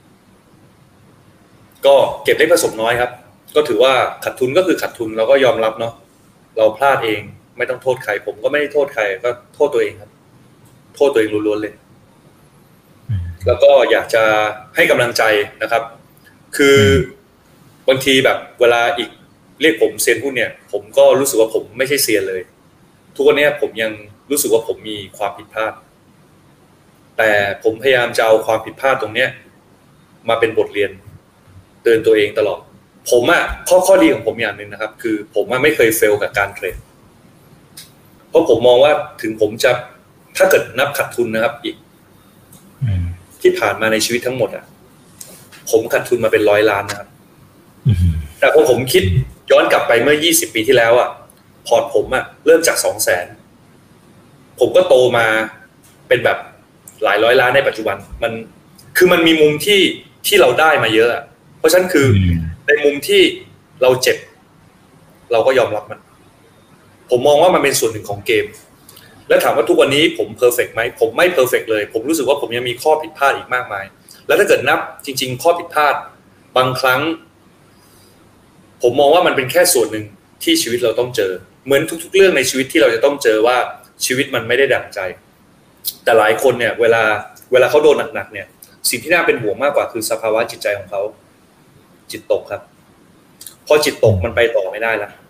ก็เก็บเล็กผสมน้อยครับก็ถือว่าขาดทุนก็คือขาดทุนเราก็ยอมรับเนาะเราพลาดเองไม่ต้องโทษใครผมก็ไม่ได้โทษใครก็โทษตัวเองครับโทษตัวเองล้วนๆเลยแล้วก็อยากจะให้กำลังใจนะครับคือบางทีแบบเวลาอีกเรียกผมเซียนหุ้นเนี่ยผมก็รู้สึกว่าผมไม่ใช่เซียนเลยทุกวันนี้ผมยังรู้สึกว่าผมมีความผิดพลาดแต่ผมพยายามจะเอาความผิดพลาดตรงเนี้ยมาเป็นบทเรียนเตือนตัวเองตลอดผมอ่ะข้อข้อดีของผมอย่างนึงนะครับคือผมอ่ะไม่เคยเฟลกับการเทรดเพราะผมมองว่าถึงผมจะถ้าเกิดนับขาดทุนนะครับอีกที่ผ่านมาในชีวิตทั้งหมดอ่ะผมขาดทุนมาเป็นร้อยล้านนะครับแต่พอผมคิดย้อนกลับไปเมื่อยี่สิบปีที่แล้วอ่ะพอร์ตผมอ่ะเริ่มจาก สองแสน ผมก็โตมาเป็นแบบหลายร้อยล้านในปัจจุบันมันคือมันมีมุมที่ที่เราได้มาเยอะอะเพราะฉะนั้นคือในมุมที่เราเจ็บเราก็ยอมรับมันผมมองว่ามันเป็นส่วนหนึ่งของเกมและถามว่าทุกวันนี้ผมเพอร์เฟกต์ไหมผมไม่เพอร์เฟกต์เลยผมรู้สึกว่าผมยังมีข้อผิดพลาดอีกมากมายแล้วถ้าเกิดนับจริงๆข้อผิดพลาดบางครั้งผมมองว่ามันเป็นแค่ส่วนหนึ่งที่ชีวิตเราต้องเจอเหมือนทุกๆเรื่องในชีวิตที่เราจะต้องเจอว่าชีวิตมันไม่ได้ดั่งใจแต่หลายคนเนี่ยเวลาเวลาเขาโดนหนักๆเนี่ยสิ่งที่น่าเป็นห่วงมากกว่าคือสภาวะจิตใจของเขาจิตตกครับพอจิตตกมันไปต่อไม่ได้แล้ว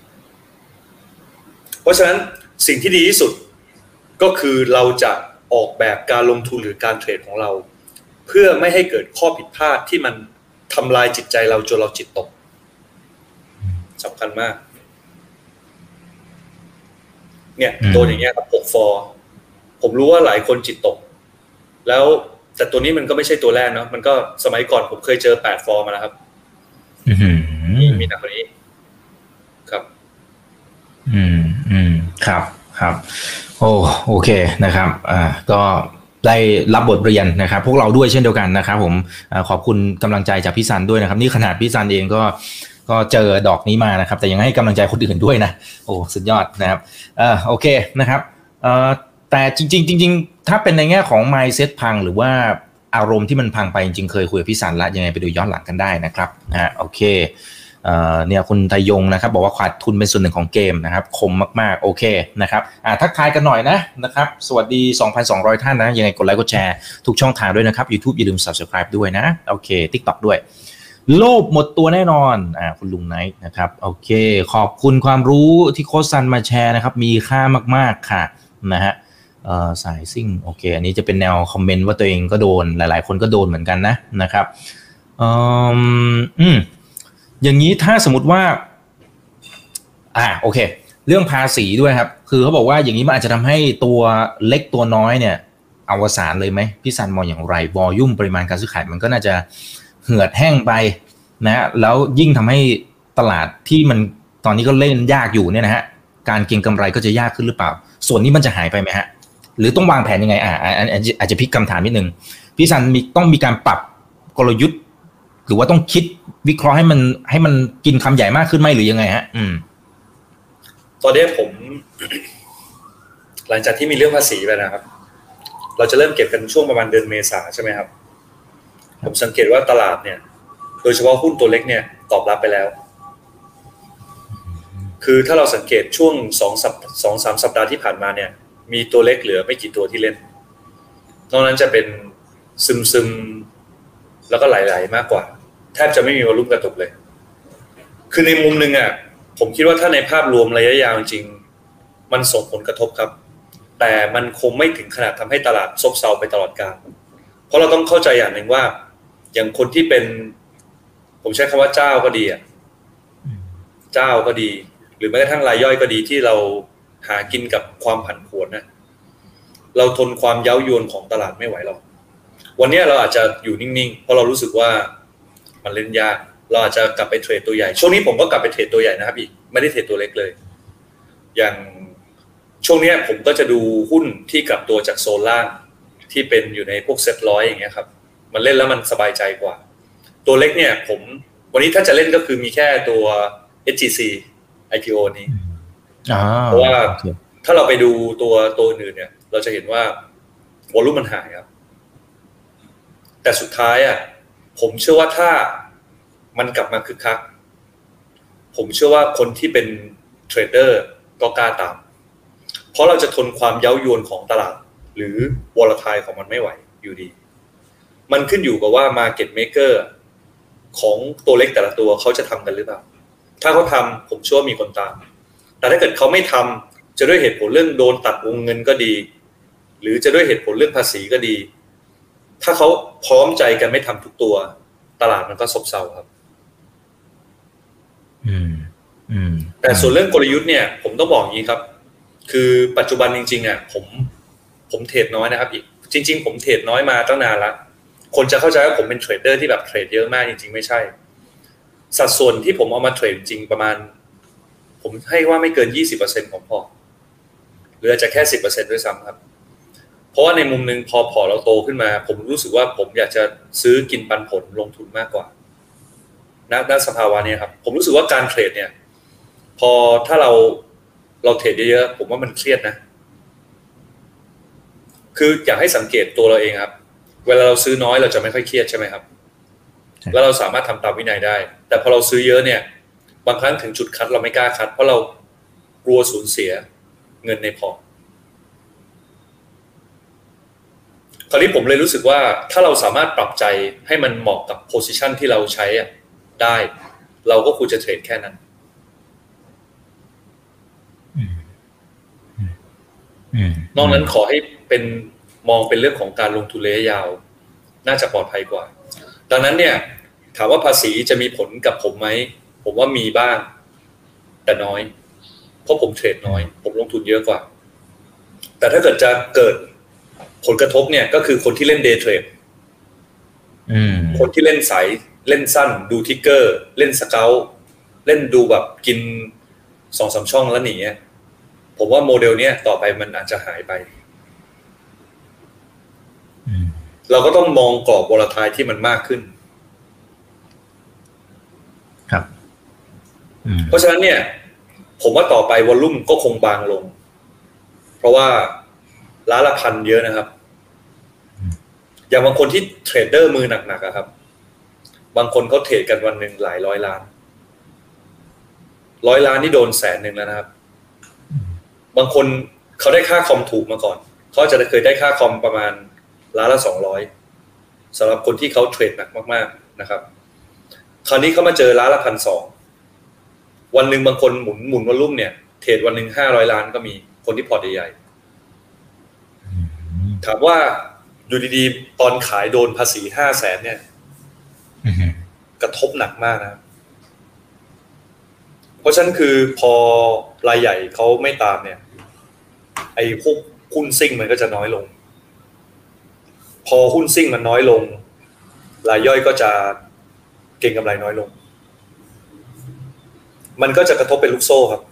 เพราะฉะนั้นสิ่งที่ดีที่สุดก็คือเราจะออกแบบการลงทุนหรือการเทรดของเราเพื่อไม่ให้เกิดข้อผิดพลาดที่มันทำลายจิตใจเราจนเราจิตตกสำคัญมากเนี่ยโดนอย่างเงี้ยครับหกฟอร์ผมรู้ว่าหลายคนจิตตกแล้วแต่ตัวนี้มันก็ไม่ใช่ตัวแรกเนาะมันก็สมัยก่อนผมเคยเจอแปดฟอร์มาแล้วครับมีมีหนักกว่านี้ครับอืมอืมครับครับโอ้โอเคนะครับอ่าก็ได้รับบทเรียนนะครับพวกเราด้วยเช่นเดียวกันนะครับผมขอบคุณกำลังใจจากพี่ซันด้วยนะครับนี่ขนาดพี่ซันเองก็ก็เจอดอกนี้มานะครับแต่ยังให้กำลังใจคนอื่นด้วยนะโอ้สุดยอดนะครับเออโอเคนะครับเอ่อแต่จริงๆจริงๆถ้าเป็นในแง่ของ mindset พังหรือว่าอารมณ์ที่มันพังไปจริงๆเคยคุยกับพี่ซันแล้วยังไงไปดูย้อนหลังกันได้นะครับนะฮะโอเคเอ่อเนี่ยคุณไทยงนะครับบอกว่าขาดทุนเป็นส่วนหนึ่งของเกมนะครับคมมากๆโอเคนะครับอ่าทักทายกันหน่อยนะนะครับสวัสดี สองพันสองร้อย ท่านนะยังไงกดไลค์กดแชร์ทุกช่องทางด้วยนะครับ YouTube อย่าลืม Subscribe ด้วยนะโอเค TikTok ด้วยโลภหมดตัวแน่นอนอ่าคุณลุงไนท์นะครับโอเคขอบคุณความรู้ที่โค้ชซันมาแชร์นะครับมีค่ามากๆค่ะนะฮะเอ่อสายซิ่งโอเคอันนี้จะเป็นแนวคอมเมนต์ว่าตัวเองก็โดนหลายๆคนก็โดนเหมือนกันนะนะครับอืมอืมอย่างนี้ถ้าสมมติว่าอ่าโอเคเรื่องภาษีด้วยครับคือเขาบอกว่าอย่างนี้มันอาจจะทำให้ตัวเล็กตัวน้อยเนี่ยอวสานเลยไหมพี่ซันมองอย่างไรวอลลุ่มปริมาณการซื้อขายมันก็น่าจะเหือดแห้งไปนะแล้วยิ่งทำให้ตลาดที่มันตอนนี้ก็เล่นยากอยู่เนี่ยนะฮะการเก็งกำไรก็จะยากขึ้นหรือเปล่าส่วนนี้มันจะหายไปไหมฮะหรือต้องวางแผนยังไงอ่าอาจจะพลิกคำถามนิดนึงพี่ซันมีต้องมีการปรับกลยุทธ์หรือว่าต้องคิดวิเคราะห์ให้มันให้มันกินคำใหญ่มากขึ้นไหมหรือยังไงฮะอืมตอนนี้ผม หลังจากที่มีเรื่องภาษีไปนะครับเราจะเริ่มเก็บกันช่วงประมาณเดือนเมษาใช่ไหมครับผมสังเกตว่าตลาดเนี่ยโดยเฉพาะหุ้นตัวเล็กเนี่ยตอบรับไปแล้วคือถ้าเราสังเกตช่วงสองสัปสองสามสัปดาห์ที่ผ่านมาเนี่ยมีตัวเล็กเหลือไม่กี่ตัวที่เล่นนอกนั้นจะเป็นซึมๆแล้วก็ไหลๆมากกว่าแทบจะไม่มีวอลุ่มกระตุกเลยคือในมุมนึงอ่ะผมคิดว่าถ้าในภาพรวมระยะยาวจริงๆมันส่งผลกระทบครับแต่มันคงไม่ถึงขนาดทำให้ตลาดซบเซาไปตลอดกาลเพราะเราต้องเข้าใจอย่างหนึ่งว่าอย่างคนที่เป็นผมใช้คำว่าเจ้าก็ดีอ่ะเจ้าก็ดีหรือแม้กระทั่งรายย่อยก็ดีที่เราหากินกับความผันผวนนะเราทนความเย้ายวนของตลาดไม่ไหวหรอกวันนี้เราอาจจะอยู่นิ่งๆเพราะเรารู้สึกว่ามันเล่นยากเราอาจจะกลับไปเทรดตัวใหญ่ช่วงนี้ผมก็กลับไปเทรดตัวใหญ่นะครับอีกไม่ได้เทรดตัวเล็กเลยอย่างช่วงนี้ผมก็จะดูหุ้นที่กลับตัวจากโซนล่างที่เป็นอยู่ในพวกเซ็ตร้อยอย่างเงี้ยครับมันเล่นแล้วมันสบายใจกว่าตัวเล็กเนี่ยผมวันนี้ถ้าจะเล่นก็คือมีแค่ตัว เอส จี ซี ไอ พี โอ นี้เพราะว่าถ้าเราไปดูตัวตัวอื่นเนี่ยเราจะเห็นว่าวอลุ่มมันหายครับแต่สุดท้ายอ่ะผมเชื่อว่าถ้ามันกลับมาคึกคักผมเชื่อว่าคนที่เป็นเทรดเดอร์ก็กล้าตามเพราะเราจะทนความเย้ายวนของตลาดหรือวอลไทล์ของมันไม่ไหวอยู่ดีมันขึ้นอยู่กับว่า market maker ของตัวเล็กแต่ละตัวเขาจะทำกันหรือเปล่าถ้าเขาทำผมเชื่อว่ามีคนตามแต่ถ้าเกิดเขาไม่ทำจะด้วยเหตุผลเรื่องโดนตัดวงเงินก็ดีหรือจะด้วยเหตุผลเรื่องภาษีก็ดีถ้าเขาพร้อมใจกันไม่ทำทุกตัวตลาดมันก็ซบเซาครับอืมอืมแต่ส่วนเรื่องกลยุทธ์เนี่ยผมต้องบอกอย่างนี้ครับคือปัจจุบันจริงๆอ่ะผมผมเทรดน้อยนะครับอีกจริงๆผมเทรดน้อยมาตั้งนานแล้วคนจะเข้าใจว่าผมเป็นเทรดเดอร์ที่แบบเทรดเยอะมากจริงๆไม่ใช่สัดส่วนที่ผมเอามาเทรดจริงประมาณผมให้ว่าไม่เกิน ยี่สิบเปอร์เซ็นต์ ของพอร์ตหรืออาจจะแค่ สิบเปอร์เซ็นต์ ด้วยซ้ำครับเพราะว่าในมุมนึงพอพอร์ตเราโตขึ้นมาผมรู้สึกว่าผมอยากจะซื้อกินปันผลลงทุนมากกว่าณณสภาวะนี้ครับผมรู้สึกว่าการเทรดเนี่ยพอถ้าเราเราเทรดเยอะๆผมว่ามันเครียดนะคืออยากให้สังเกตตัวเราเองครับเวลาเราซื้อน้อยเราจะไม่ค่อยเครียดใช่ไหมครับแล้วเราสามารถทำตามวินัยได้แต่พอเราซื้อเยอะเนี่ยบางครั้งถึงจุดคัดเราไม่กล้าคัดเพราะเรากลัวสูญเสียเงินในพอร์ตคราวนี้ผมเลยรู้สึกว่าถ้าเราสามารถปรับใจให้มันเหมาะกับโพซิชันที่เราใช้ได้เราก็ควรจะเทรดแค่นั้นนอกนั้นขอให้เป็นมองเป็นเรื่องของการลงทุนระยะยาวน่าจะปลอดภัยกว่าดังนั้นเนี่ยถามว่าภาษีจะมีผลกับผมไหมผมว่ามีบ้างแต่น้อยเพราะผมเทรดน้อยผมลงทุนเยอะกว่าแต่ถ้าเกิดจะเกิดผลกระทบเนี่ยก็คือคนที่เล่นเดย์เทรดคนที่เล่นสายเล่นสั้นดูทิกเกอร์เล่นสเกลเล่นดูแบบกินสองสามช่องแล้วหนีผมว่าโมเดลเนี้ยต่อไปมันอาจจะหายไปเราก็ต้องมองกรอบวอลาไทล์ที่มันมากขึ้นครับเพราะฉะนั้นเนี่ยผมว่าต่อไปวอลลุ่มก็คงบางลงเพราะว่าล้านละพันเยอะนะครับอย่างบางคนที่เทรดเดอร์มือหนักๆครับบางคนเขาเทรดกันวันหนึ่งหลายร้อยล้านร้อยล้านนี่โดนแสนหนึ่งแล้วนะครับบางคนเขาได้ค่าคอมถูกมาก่อนเขาจะเคยได้ค่าคอมประมาณล้านละสองร้อยสำหรับคนที่เขาเทรดหนักมากๆนะครับคราวนี้เขามาเจอล้านละพันสองวันหนึ่งบางคนหมุนหมุนวอลลุ่มเนี่ยเทรดวันหนึ่งห้าร้อยล้านก็มีคนที่พอร์ตใหญ่ถามว่าอยู่ดีๆตอนขายโดนภาษีห้าแสนเนี่ยกระทบหนักมากนะเพราะฉะนั้นคือพอรายใหญ่เขาไม่ตามเนี่ยไอ้พวกหุ้นซิ่งมันก็จะน้อยลงพอหุ้นซิ่งมันน้อยลงรายย่อยก็จะเก็งกำไรน้อยลงมันก็จะกระทบเป็นลูกโซ่ครับ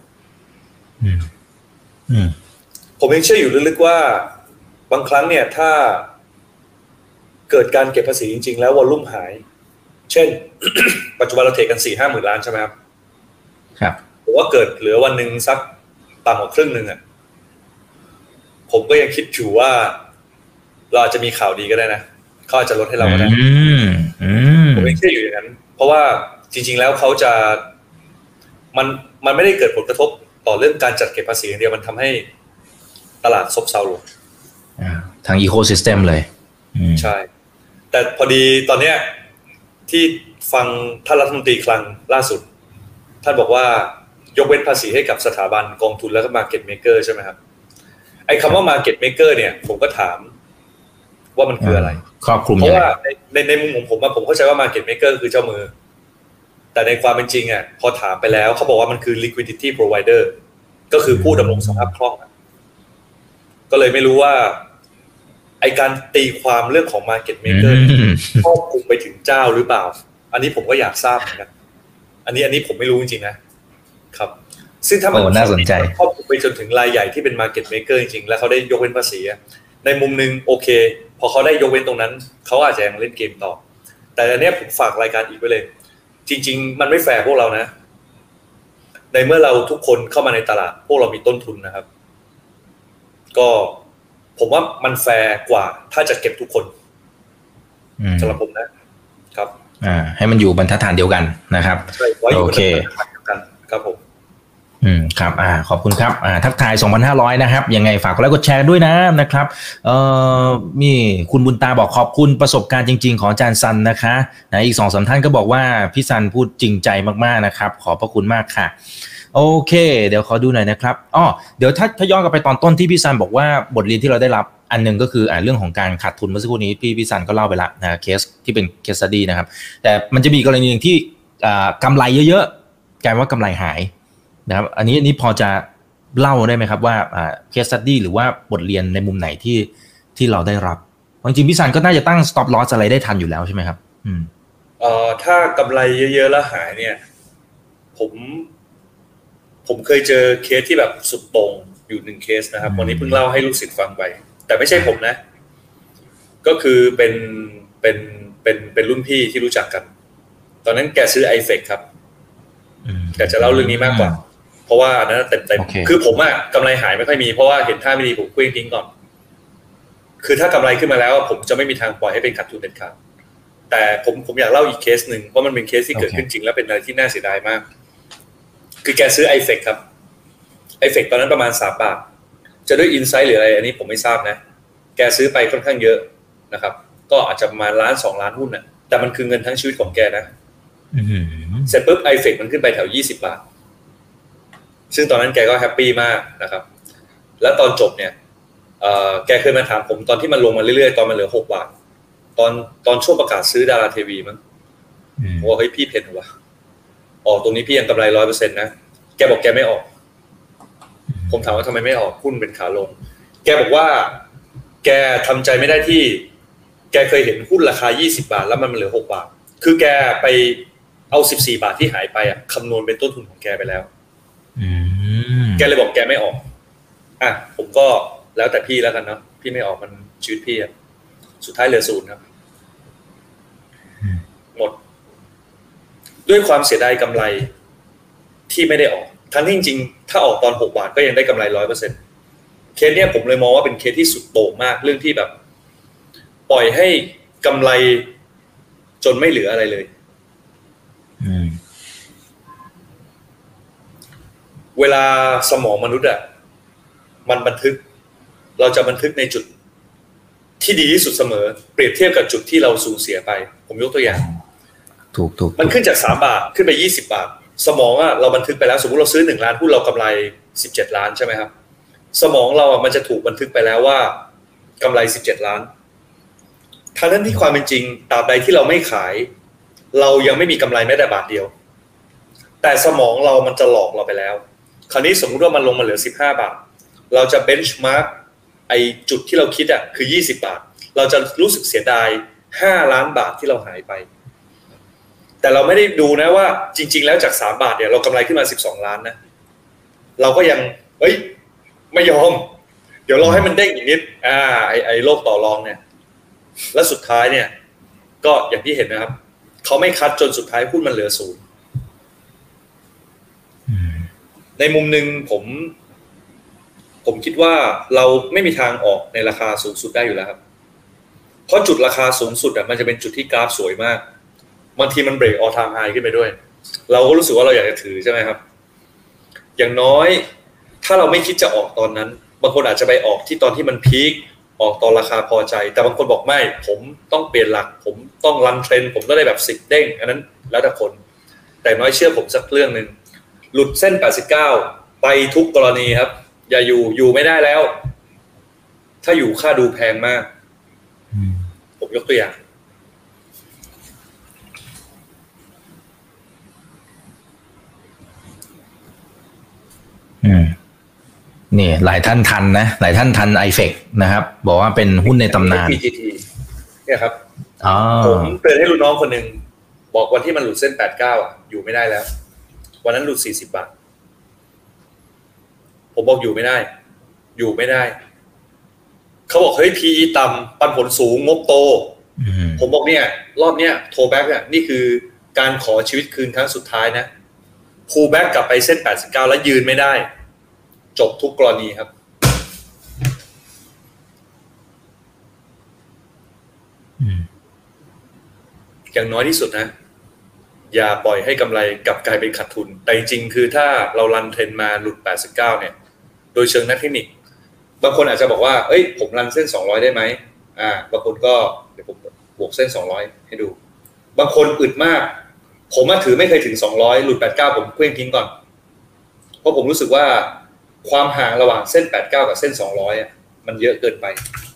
ผมยังเชื่ออยู่ลึกๆว่าบางครั้งเนี่ยถ้าเกิดการเก็บภาษีจริงๆแล้ววอลลุ่มหายเช่น ปัจจุบันเราเทรดกัน สี่ห้า หมื่นล้านใช่ไหมครับครับผมว่าเกิดเหลือวันหนึ่งสักต่ำกว่าครึ่งหนึ่งอ่ะผมก็ยังคิดอยู่ว่าเราอาจจะมีข่าวดีก็ได้นะเขาอาจจะลดให้เราก็ได้ผมยังเชื่ออยู่อย่างนั้นเพราะว่าจริงๆแล้วเขาจะมันมันไม่ได้เกิดผลกระทบต่อเรื่องการจัดเก็บภาษีอย่างเดียวมันทำให้ตลาดซบเซาลงทางอีโคซิสเต็มเลยใช่แต่พอดีตอนเนี้ยที่ฟังท่านรัฐมนตรีคลังล่าสุดท่านบอกว่ายกเว้นภาษีให้กับสถาบันกองทุนแล้วก็ market maker ใช่ไหมครับไอ้คำว่า market maker เนี่ยผมก็ถามว่ามันคืออะไรครอบคลุมเพราะว่าในในในมุมของผมผมเข้าใจว่า market maker คือเจ้ามือแต่ในความเป็นจริงอ่ะพอถามไปแล้วเขาบอกว่ามันคือ liquidity provider ก็คือผู้ดำรงสภาพคล่องก็เลยไม่รู้ว่าไอการตีความเรื่องของ market maker ครอบคลุมไปถึงเจ้าหรือเปล่าอันนี้ผมก็อยากทราบเหมือนกันอันนี้อันนี้ผมไม่รู้จริงๆนะครับซึ่งถ้ามันน่าสนใจครอบคลุมไปจนถึงรายใหญ่ที่เป็น market maker จริงๆแล้วเขาได้ยกเว้นภาษีในมุมนึงโอเคพอเขาได้ยกเว้นตรงนั้นเขาอาจจะยังเล่นเกมต่อแต่อันนี้ผมฝากรายการอีกไว้เลยจริงๆมันไม่แฟร์พวกเรานะในเมื่อเราทุกคนเข้ามาในตลาดพวกเรามีต้นทุนนะครับก็ผมว่ามันแฟร์กว่าถ้าจะเก็บทุกคนสำหรับผมนะครับอ่าให้มันอยู่บรรทัดฐานเดียวกันนะครับโอเคครับผมอืมครับอ่าขอบคุณครับอ่าทักทาย สองพันห้าร้อย นะครับยังไงฝากกดไลค์กดแชร์ด้วยนะนะครับเอ่อมีคุณบุญตาบอกขอบคุณประสบการณ์จริงๆของอาจารย์ซันนะคะนะอีก สองสาม ท่านก็บอกว่าพี่ซันพูดจริงใจมากๆนะครับขอบพระคุณมากค่ะโอเคเดี๋ยวขอดูหน่อยนะครับอ้อเดี๋ยวถ้าถ้าย้อนกลับไปตอนต้นที่พี่ซันบอกว่าบทเรียนที่เราได้รับอันนึงก็คืออ่าเรื่องของการขาดทุนเมื่อสักครู่นี้พี่พี่ซันก็เล่าไปละนะเคสที่เป็นเคสสตั๊ดดี้นะครับแต่มันจะมีกรณีนึงที่อ่ากำไรเยอะๆกลายว่ากำไรหายนะครับอันนี้อันนี้พอจะเล่าได้ไหมครับว่าอ่าเคสสตั๊ดดี้หรือว่าบทเรียนในมุมไหนที่ที่เราได้รับจริงๆพี่ซันก็น่าจะตั้ง stop loss อะไรได้ทันอยู่แล้วใช่ไหมครับอืมเอ่อถ้ากำไรเยอะๆแล้วหายเนี่ยผมผมเคยเจอเคสที่แบบสุดโต่งอยู่หนึ่งเคสนะครับวันนี้เพิ่งเล่าให้ลูกศิษย์ฟังไปแต่ไม่ใช่ผมนะก็คือเป็นเป็นเป็นเป็นรุ่นพี่ที่รู้จักกันตอนนั้นแกซื้อ ไอ เอฟ อี ซี ครับแต่จะเล่าเรื่องนี้มากกว่าเพราะว่านั้นเต็มๆคือผมอะกำไรหายไม่ค่อยมีเพราะว่าเห็นท่าไม่ดีผมเคว้งทิ้งก่อนคือถ้ากำไรขึ้นมาแล้วผมจะไม่มีทางปล่อยให้เป็นขาดทุนเด็ดขาดแต่ผมผมอยากเล่าอีกเคสหนึ่งเพราะมันเป็นเคสที่เกิดขึ้นจริงแล้วเป็นอะไรที่น่าเสียดายมากคือแกซื้อ ไอ เอฟ อี ซี ครับ ไอ เอฟ อี ซี ตอนนั้นประมาณสามบาทจะด้วยอินไซต์หรืออะไรอันนี้ผมไม่ทราบนะแกซื้อไปค่อนข้างเยอะนะครับก็อาจจะประมาณล้านสองล้านหุ้นน่ะแต่มันคือเงินทั้งชีวิตของแกนะเสร็จปุ๊บ ไอ เอฟ อี ซี มันขึ้นไปแถวยี่สิบบาทซึ่งตอนนั้นแกก็แฮปปี้มากนะครับแล้วตอนจบเนี่ยเอ่อแกเคยมาถามผมตอนที่มันลงมาเรื่อยๆตอนมันเหลือหกบาทตอนตอนช่วงประกาศซื้อดาราทีวีมั้งว่าเฮ้ยพี่เพนวะออกตรงนี้พี่ยังกำไร ร้อยเปอร์เซ็นต์ นะแกบอกแกไม่ออกผมถามว่าทำไมไม่ออกหุ้นเป็นขาลงแกบอกว่าแกทำใจไม่ได้ที่แกเคยเห็นหุ้นราคายี่สิบบาทแล้วมันเหลือหกบาทคือแกไปเอาสิบสี่บาทที่หายไปอ่ะคำนวณเป็นต้นทุนของแกไปแล้วแกเลยบอกแกไม่ออกอ่ะผมก็แล้วแต่พี่แล้วกันเนาะพี่ไม่ออกมันชีวิตพี่อ่ะสุดท้ายเหลือศูนย์ครับหมดด้วยความเสียดายกำไรที่ไม่ได้ออกทั้งที่จริงๆถ้าออกตอนหกบาทก็ยังได้กำไร ร้อยเปอร์เซ็นต์ เคสเนี้ยผมเลยมองว่าเป็นเคสที่สุดโต่งมากเรื่องที่แบบปล่อยให้กำไรจนไม่เหลืออะไรเลยเวลาสมองมนุษย์อ่ะมันบันทึกเราจะบันทึกในจุดที่ดีที่สุดเสมอเปรียบเทียบกับจุดที่เราสูญเสียไปผมยกตัวอย่างถูกถูกมันขึ้นจากสามบาทขึ้นไปยี่สิบบาทสมองอ่ะเราบันทึกไปแล้วสมมุติเราซื้อหนึ่งล้านหุ้นเรากำไรสิบเจ็ดล้านใช่ไหมครับสมองเราอ่ะมันจะถูกบันทึกไปแล้วว่ากำไรสิบเจ็ดล้านทั้งนั้นที่ความเป็นจริงตราบใดที่เราไม่ขายเรายังไม่มีกำไรแม้แต่บาทเดียวแต่สมองเรามันจะหลอกเราไปแล้วคราวนี้สมมุติว่ามันลงมาเหลือสิบห้าบาทเราจะเบนช์มาร์กไอ้จุดที่เราคิดอ่ะคือยี่สิบบาทเราจะรู้สึกเสียดายห้าล้านบาทที่เราหายไปแต่เราไม่ได้ดูนะว่าจริงๆแล้วจากสามบาทเนี่ยเรากำไรขึ้นมาสิบสองล้านนะเราก็ยังเอ้ยไม่ยอมเดี๋ยวรอให้มันเด้งอีกนิดอ่าไอ้ไอ้โลกต่อรองเนี่ยแล้วสุดท้ายเนี่ยก็อย่างที่เห็นนะครับเขาไม่คัดจนสุดท้ายหุ้นมันเหลือศูนย์ในมุมนึงผมผมคิดว่าเราไม่มีทางออกในราคาสูงสุดได้อยู่แล้วครับเพราะจุดราคาสูงสุดอ่ะมันจะเป็นจุดที่กราฟสวยมากบางทีมันเบรกออลไทม์ไฮขึ้นไปด้วยเราก็รู้สึกว่าเราอยากจะถือใช่ไหมครับอย่างน้อยถ้าเราไม่คิดจะออกตอนนั้นบางคนอาจจะไปออกที่ตอนที่มันพีคออกตอนราคาพอใจแต่บางคนบอกไม่ผมต้องเปลี่ยนหลักผมต้องรันเทรนด์ผมต้องได้แบบสิบเด้งอันนั้นแล้วแต่คนแต่น้อยเชื่อผมสักเรื่องนึงหลุดเส้นแปดสิบเก้าไปทุกกรณีครับอย่าอยู่อยู่ไม่ได้แล้วถ้าอยู่ค่าดูแพงมากผมยกตัวอย่างอืมนี่หลายท่านทันนะหลายท่านทัน ไอ เอฟ อี ซี นะครับบอกว่าเป็นหุ้นในตำนานพี จี ที เนี่ยครับผมเตือนให้ลูกน้องคนหนึ่งบอกวันที่มันหลุดเส้นแปดสิบเก้าอ่ะอยู่ไม่ได้แล้ววันนั้นหลุดสี่สิบบาทผมบอกอยู่ไม่ได้อยู่ไม่ได้เขาบอกเฮ้ย พี อี ต่ำปันผลสูงงบโตผมบอกเนี่ยรอบเนี้ยโทรแบ็กอ่ะนี่คือการขอชีวิตคืนครั้งสุดท้ายนะพูลแบ็กกลับไปเส้นแปดสิบเก้าแล้วยืนไม่ได้จบทุกกรณีครับอย่างน้อยที่สุดนะอย่าปล่อยให้กำไรกลับกลายเป็นขาดทุนแต่จริงๆคือถ้าเรารันเทรนมาหลุดแปดสิบเก้าเนี่ยโดยเชิงนักเทคนิคบางคนอาจจะบอกว่าเอ้ยผมรันเส้นสองร้อยได้ไหมอ่าบางคนก็เดี๋ยวผมบวกเส้นสองร้อยให้ดูบางคนอึดมากผมมาถือไม่เคยถึงสองร้อยหลุดแปดสิบเก้าผมเคว้งทิ้งก่อนเพราะผมรู้สึกว่าความห่างระหว่างเส้นแปดสิบเก้ากับเส้นสองร้อยอ่ะมันเยอะเกินไป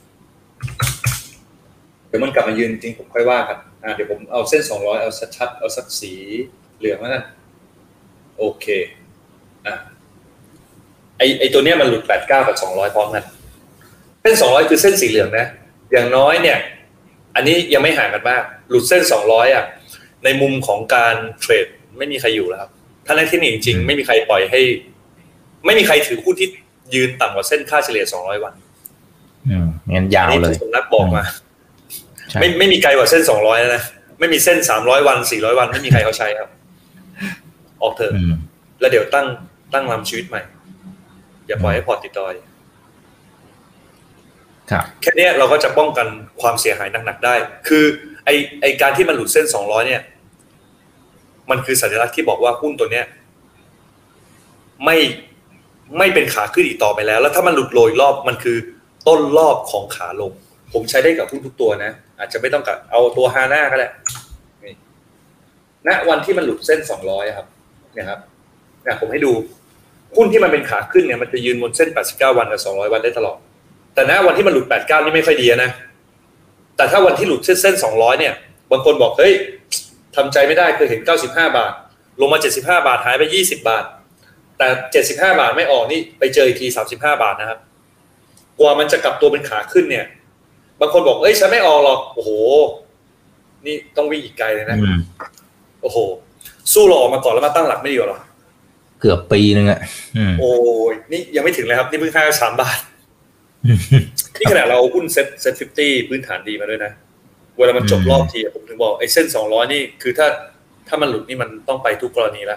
เดี๋ยวมันกลับมายืนจริงผมค่อยว่ากันอ่าเดี๋ยวผมเอาเส้นสองร้อยเอาชัดๆเอาสักสีเหลืองแล้วกันโอเคอ่ะไอไอตัวเนี้ยมันหลุดแปดสิบเก้ากับสองร้อยพร้อมกันเส้นสองร้อยคือเส้นสีเหลืองนะอย่างน้อยเนี่ยอันนี้ยังไม่ห่างกันมากหลุดเส้นสองร้อยอ่ะในมุมของการเทรดไม่มีใครอยู่แล้วครับถ้าในที่นี้จริงๆไม่มีใครปล่อยให้ไม่มีใครถือหุ้นที่ยืนต่ำกว่าเส้นค่าเฉลี่ยสองร้อยวันอืมงั้นยาวเลยนี่ผมนักบอกมาไม่ไม่มีไกลกว่าเส้นสองร้อยแล้วนะไม่มีเส้นสามร้อยวันสี่ร้อยวันไม่มีใครเขาใช้ครับออกเถอะแล้วเดี๋ยวตั้งตั้งลำชีวิตใหม่อย่าปล่อยให้พอร์ตติดดอยแค่นี้เราก็จะป้องกันความเสียหายหนักๆได้คือไอไอการที่มันหลุดเส้นสองร้อยเนี่ยมันคือสัญลักษณ์ที่บอกว่าหุ้นตัวเนี้ยไม่ไม่เป็นขาขึ้นอีกต่อไปแล้วแล้วถ้ามันหลุดโรยรอบมันคือต้นรอบของขาลงผมใช้ได้กับหุ้นทุกตัวนะอาจจะไม่ต้องกับเอาตัวฮาน่าก็ได้นี่ณวันที่มันหลุดเส้นสองร้อยครับเนี่ยครับเนี่ยผมให้ดูหุ้นที่มันเป็นขาขึ้นเนี่ยมันจะยืนบนเส้นแปดสิบเก้าวันกับสองร้อยวันได้ตลอดแต่ณวันที่มันหลุดแปดสิบเก้านี่ไม่ค่อยดีนะแต่ถ้าวันที่หลุดเส้นเส้นสองร้อยเนี่ยบางคนบอกเฮ้ยทำใจไม่ได้เคยเห็นเก้าสิบห้าบาทลงมาเจ็ดสิบห้าบาทหายไปยี่สิบบาทแต่เจ็ดสิบห้าบาทไม่ออกนี่ไปเจออีกทีสามสิบห้าบาทนะครับกว่ามันจะกลับตัวเป็นขาขึ้นเนี่ยบางคนบอกเอ้ยฉันไม่ออกหรอกโอ้โหนี่ต้องวิ่งอีกไกลเลยนะโอ้โหสู้เราออกมาก่อนแล้วมาตั้งหลักไม่ดีกว่าหรอเกือบปีนึงอ่ะโอ้ยนี่ยังไม่ถึงเลยครับนี่เพิ่งห้าสามบาทที่ขนาดเราหุ้นเซ็ตเซ็ตห้าสิบพื้นฐานดีมาด้วยนะเวลามันจบรอบทีผมถึงบอกไอ้เส้นสองร้อยนี่คือถ้าถ้ามันหลุดนี่มันต้องไปทุกกรณีแล้ว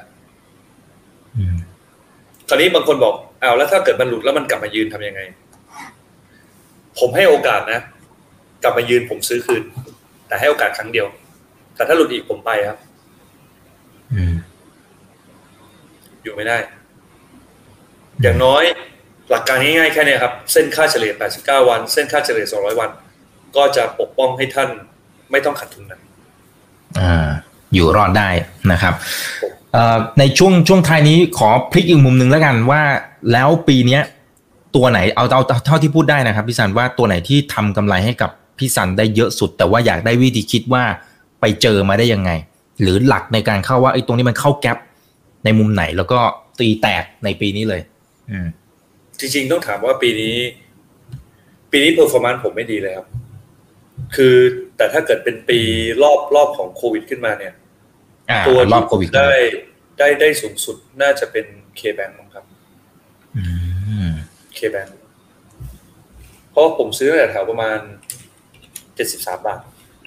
คราวนี้บางคนบอกอ้าวแล้วถ้าเกิดมันหลุดแล้วมันกลับมายืนทำยังไงผมให้โอกาสนะกลับมายืนผมซื้อคืนแต่ให้โอกาสครั้งเดียวแต่ถ้าหลุดอีกผมไปครับอยู่ไม่ได้อย่างน้อยหลักการง่ายๆแค่นี้ครับเส้นค่าเฉลี่ยแปดสิบเก้าวันเส้นค่าเฉลี่ยสองร้อยวันก็จะปกป้องให้ท่านไม่ต้องขาดทุนนะอ่าอยู่รอดได้นะครับในช่วงช่วงท้ายนี้ขอพลิกอีกมุมนึงแล้วกันว่าแล้วปีนี้ตัวไหนเอาเอาเท่าที่พูดได้นะครับพี่สันว่าตัวไหนที่ทำกำไรให้กับพี่สันได้เยอะสุดแต่ว่าอยากได้วิธีคิดว่าไปเจอมาได้ยังไงหรือหลักในการเข้าว่าไอ้ตรงนี้มันเข้าแก๊ปในมุมไหนแล้วก็ตีแตกในปีนี้เลยอืมจริงๆต้องถามว่าปีนี้ปีนี้เพอร์ฟอร์มานซ์ผมไม่ดีเลยครับคือแต่ถ้าเกิดเป็นปีรอบรอบของโควิดขึ้นมาเนี่ยตัวรอบโควิดได้ได้ได้สูงสุดน่าจะเป็น K-Bank ครับอืม K-Bank เพราะผมซื้อตั้งแต่แถวประมาณเจ็ดสิบสามบาท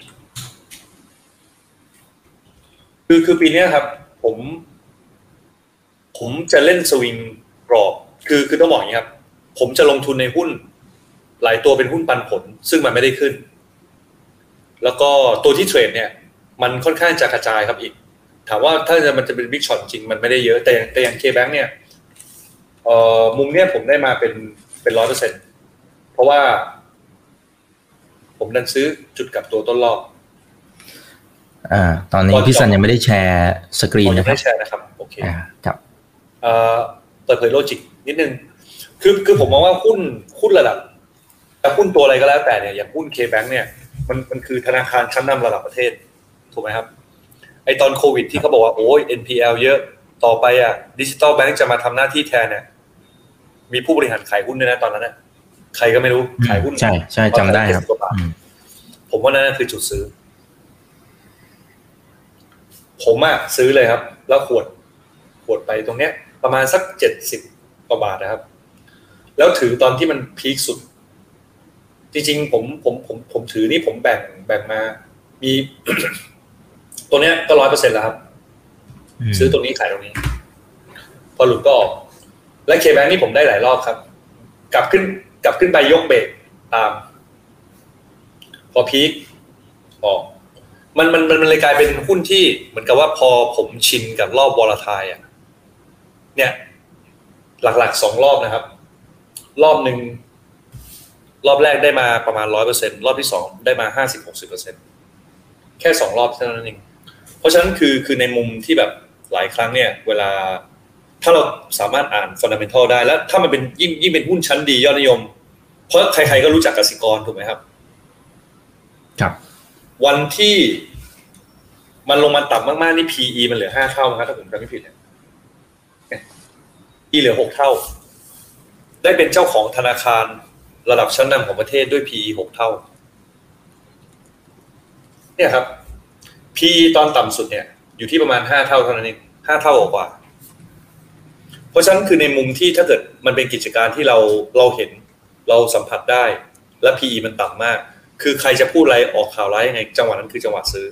คือคือปีนี้ครับผมผมจะเล่นสวิงกรอบคือคือต้องบอกอย่างนี้ครับผมจะลงทุนในหุ้นหลายตัวเป็นหุ้นปันผลซึ่งมันไม่ได้ขึ้นแล้วก็ตัวที่เทรดเนี่ยมันค่อนข้างจะกระจายครับอีกถามว่าถ้าจะมันจะเป็นบิ๊กช็อตจริงมันไม่ได้เยอะแต่แต่อย่าง K-Bank เนี่ยเอ่อมุมเนี้ยผมได้มาเป็นเป็น หนึ่งร้อยเปอร์เซ็นต์ เพราะว่าผมดันซื้อจุดกลับตัวต้นรอบอ่าตอนนี้พี่ซันยังไม่ได้แชร์สกรีนนะครับไม่ได้แชร์นะครับโอเคอ่าครับเอ่อเปิดเผยโลจิกนิดนึงคือคือผมมองว่าหุ้นหุ้นระดับแต่หุ้นตัวอะไรก็แล้วแต่เนี่ยอย่างหุ้น K-Bank เนี่ยมันมันคือธนาคารชั้นนำระดับประเทศถูกไหมครับไอตอนโควิดที่เขาบอกว่าโอ้ย เอ็น พี แอล เยอะต่อไปอ่ะดิจิตอลแบงก์จะมาทำหน้าที่แทนเนี่ยมีผู้บริหารขายหุ้นด้วยนะตอนนั้นนะใครก็ไม่รู้ขายหุ้นใช่ใช่จำได้ครับผมว่านั่นคือจุดซื้อผมอ่ะซื้อเลยครับแล้วขวดขวดไปตรงเนี้ยประมาณสักเจ็ดสิบกว่าบาทนะครับแล้วถือตอนที่มันพีคสุดจริงๆผมผมผมผมถือนี่ผมแบ่งแบ่งมามี ตัวเนี้ยก็ ร้อยเปอร์เซ็นต์ แล้วครับซื้อตรงนี้ขายตรงนี้พอหลุดก็ออกและ K-Bank นี่ผมได้หลายรอบครับกลับขึ้นกลับขึ้นไปยกเบรกตามพอพีคออกมันมันมันเลยกลายเป็นหุ้นที่เหมือนกับว่าพอผมชินกับรอบวอลาไทล์อ่ะเนี่ยหลักๆสองรอบนะครับรอบนึงรอบแรกได้มาประมาณ ร้อยเปอร์เซ็นต์ รอบที่สองได้มา ห้าสิบถึงหกสิบเปอร์เซ็นต์ แค่สองรอบเท่านั้นเองเพราะฉะนั้นคือคือในมุมที่แบบหลายครั้งเนี่ยเวลาถ้าเราสามารถอ่าน fundamental ได้แล้วถ้ามันเป็นยิ่งยิ่งเป็นหุ้นชั้นดียอดนิยมเพราะใครๆก็รู้จักกสิกรถูกไหมครับครับวันที่มันลงมาต่ำมากๆนี่ พี อี มันเหลือห้าเท่านะครับถ้าผมจำไม่ผิดเนี่ย อี เหลือหกเท่าได้เป็นเจ้าของธนาคารระดับชั้นนำของประเทศด้วย พี อี หกเท่าเนี่ยครับ พี อี ตอนต่ำสุดเนี่ยอยู่ที่ประมาณห้าเท่าเท่านั้นเองห้าเท่ากว่าเพราะฉะนั้นคือในมุมที่ถ้าเกิดมันเป็นกิจการที่เราเราเห็นเราสัมผัสได้และ พี อี มันต่ำมากคือใครจะพูดอะไรออกข่าวร้ายยังไงจังหวะนั้นคือจังหวะซื้อ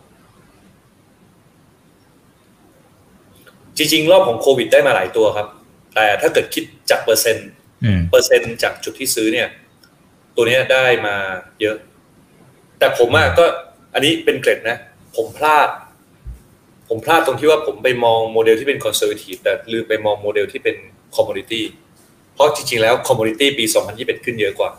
จริงๆรอบของโควิดได้มาหลายตัวครับแต่ถ้าเกิดคิดจากเปอร์เซ็นต์เปอร์เซ็นต์จากจุดที่ซื้อเนี่ยตัวนี้ได้มาเยอะแต่ผมอ่ะก็อันนี้เป็นเกร็ดนะผมพลาดผมพลาดตรงที่ว่าผมไปมองโมเดลที่เป็นคอนเซอร์เวทีฟแต่ลืมไปมองโมเดลที่เป็นคอมมูนิตี้เพราะจริงๆแล้วคอมมูนิตี้ปีสองพันยี่สิบเอ็ดขึ้นเยอะกว่า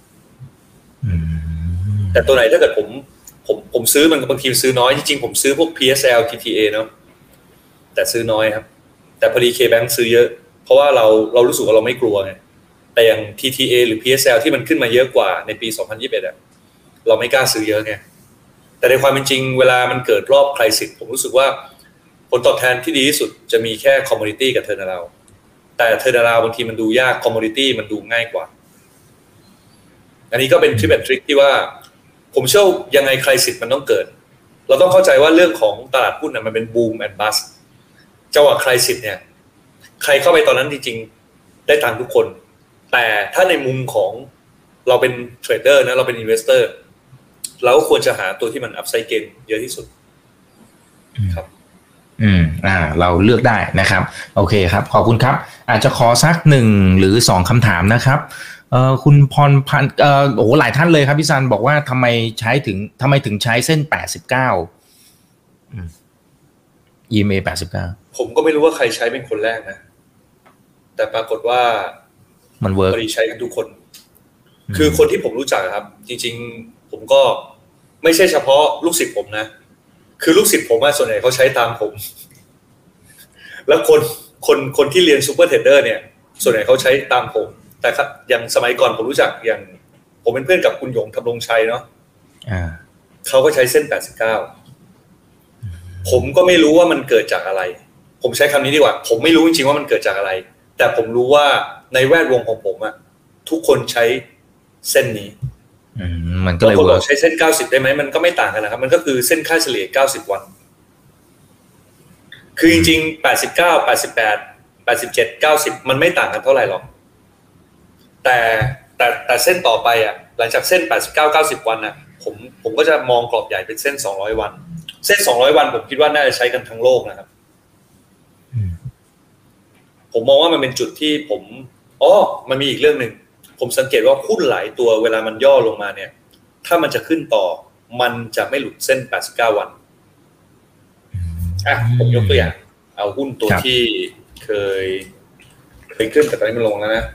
แต่ตัวไหนถ้าเกิดผมผมผมซื้อมันบางทีซื้อน้อยจริงๆผมซื้อพวก พี เอส แอล ที ที เอ เนาะแต่ซื้อน้อยครับแต่พอดี K-Bank ซื้อเยอะเพราะว่าเราเรารู้สึกว่าเราไม่กลัวไงแต่อย่าง ที ที เอ หรือ พี เอส แอล ที่มันขึ้นมาเยอะกว่าในปีสองพันยี่สิบเอ็ดอ่ะเราไม่กล้าซื้อเยอะไงแต่ในความเป็นจริงเวลามันเกิดรอบไครซิสผมรู้สึกว่าผลตอบแทนที่ดีที่สุดจะมีแค่คอมมูนิตี้กับเทอร์นาราวแต่เทอร์นาราวบางทีมันดูยากคอมมูนิตี้มันดูง่ายกว่าอันนี้ก็เป็นทริปแอนด์ทริคที่ว่าผมเชื่อยังไงไครซิสมันต้องเกิดเราต้องเข้าใจว่าเรื่องของตลาดหุ้นน่ะมันเป็นบูมแอนด์บัสจังหวะไครซิสเนี่ยใครเข้าไปตอนนั้นจริงๆได้ตังค์ทุกคนแต่ถ้าในมุมของเราเป็นเทรดเดอร์นะเราเป็นอินเวสเตอร์เราก็ควรจะหาตัวที่มันอัพไซด์เกนเยอะที่สุดครับอืมอ่าเราเลือกได้นะครับโอเคครับขอบคุณครับอาจจะขอสักหนึ่งหรือสองคำถามนะครับเอ่อคุณพรพันธ์เอ่อโอ้โหหลายท่านเลยครับพี่ซันบอกว่าทำไมใช้ถึงทำไมถึงใช้เส้นแปดสิบเก้าอืม อี เอ็ม เอ แปดสิบเก้าผมก็ไม่รู้ว่าใครใช้เป็นคนแรกนะแต่ปรากฏว่ามันเวิร์กพอดีใช้กันทุกคนคือคนที่ผมรู้จักครับจริงๆผมก็ไม่ใช่เฉพาะลูกศิษย์ผมนะคือลูกศิษย์ผมอะส่วนใหญ่เขาใช้ตามผมแล้วคนคนคนที่เรียนซูเปอร์เทรดเดอร์เนี่ยส่วนใหญ่เขาใช้ตามผมแต่ครับอย่างสมัยก่อนผมรู้จักอย่างผมเป็นเพื่อนกับคุณหยงธำรงชัยเนาะอ่าเขาก็ใช้เส้นแปดสิบเก้าผมก็ไม่รู้ว่ามันเกิดจากอะไรผมใช้คำนี้ดีกว่าผมไม่รู้จริงๆว่ามันเกิดจากอะไรแต่ผมรู้ว่าในแวดวงของผมอะทุกคนใช้เส้นนี้มันก็เลยว่าใช้เส้นเก้าสิบได้ไหมมันก็ไม่ต่างกันนะครับมันก็คือเส้นค่าเฉลี่ยเก้าสิบวันคือจริงๆแปดสิบเก้า แปดสิบแปด แปดสิบเจ็ด เก้าสิบมันไม่ต่างกันเท่าไหร่หรอกแต่แต่แต่เส้นต่อไปอ่ะหลังจากเส้นแปดสิบเก้า เก้าสิบวันน่ะผมผมก็จะมองกรอบใหญ่เป็นเส้นสองร้อยวันเส้นสองร้อยวันผมคิดว่าน่าจะใช้กันทั้งโลกนะครับผมมองว่ามันเป็นจุดที่ผมอ๋อมันมีอีกเรื่องนึงผมสังเกตว่าหุ้นหลายตัวเวลามันย่อลงมาเนี่ยถ้ามันจะขึ้นต่อมันจะไม่หลุดเส้นแปดสิบเก้าวันอ่ะผมยกตัวอย่างเอาหุ้นตัวที่เคยเคยขึ้นแต่ตอนนี้มันลงแล้วนะ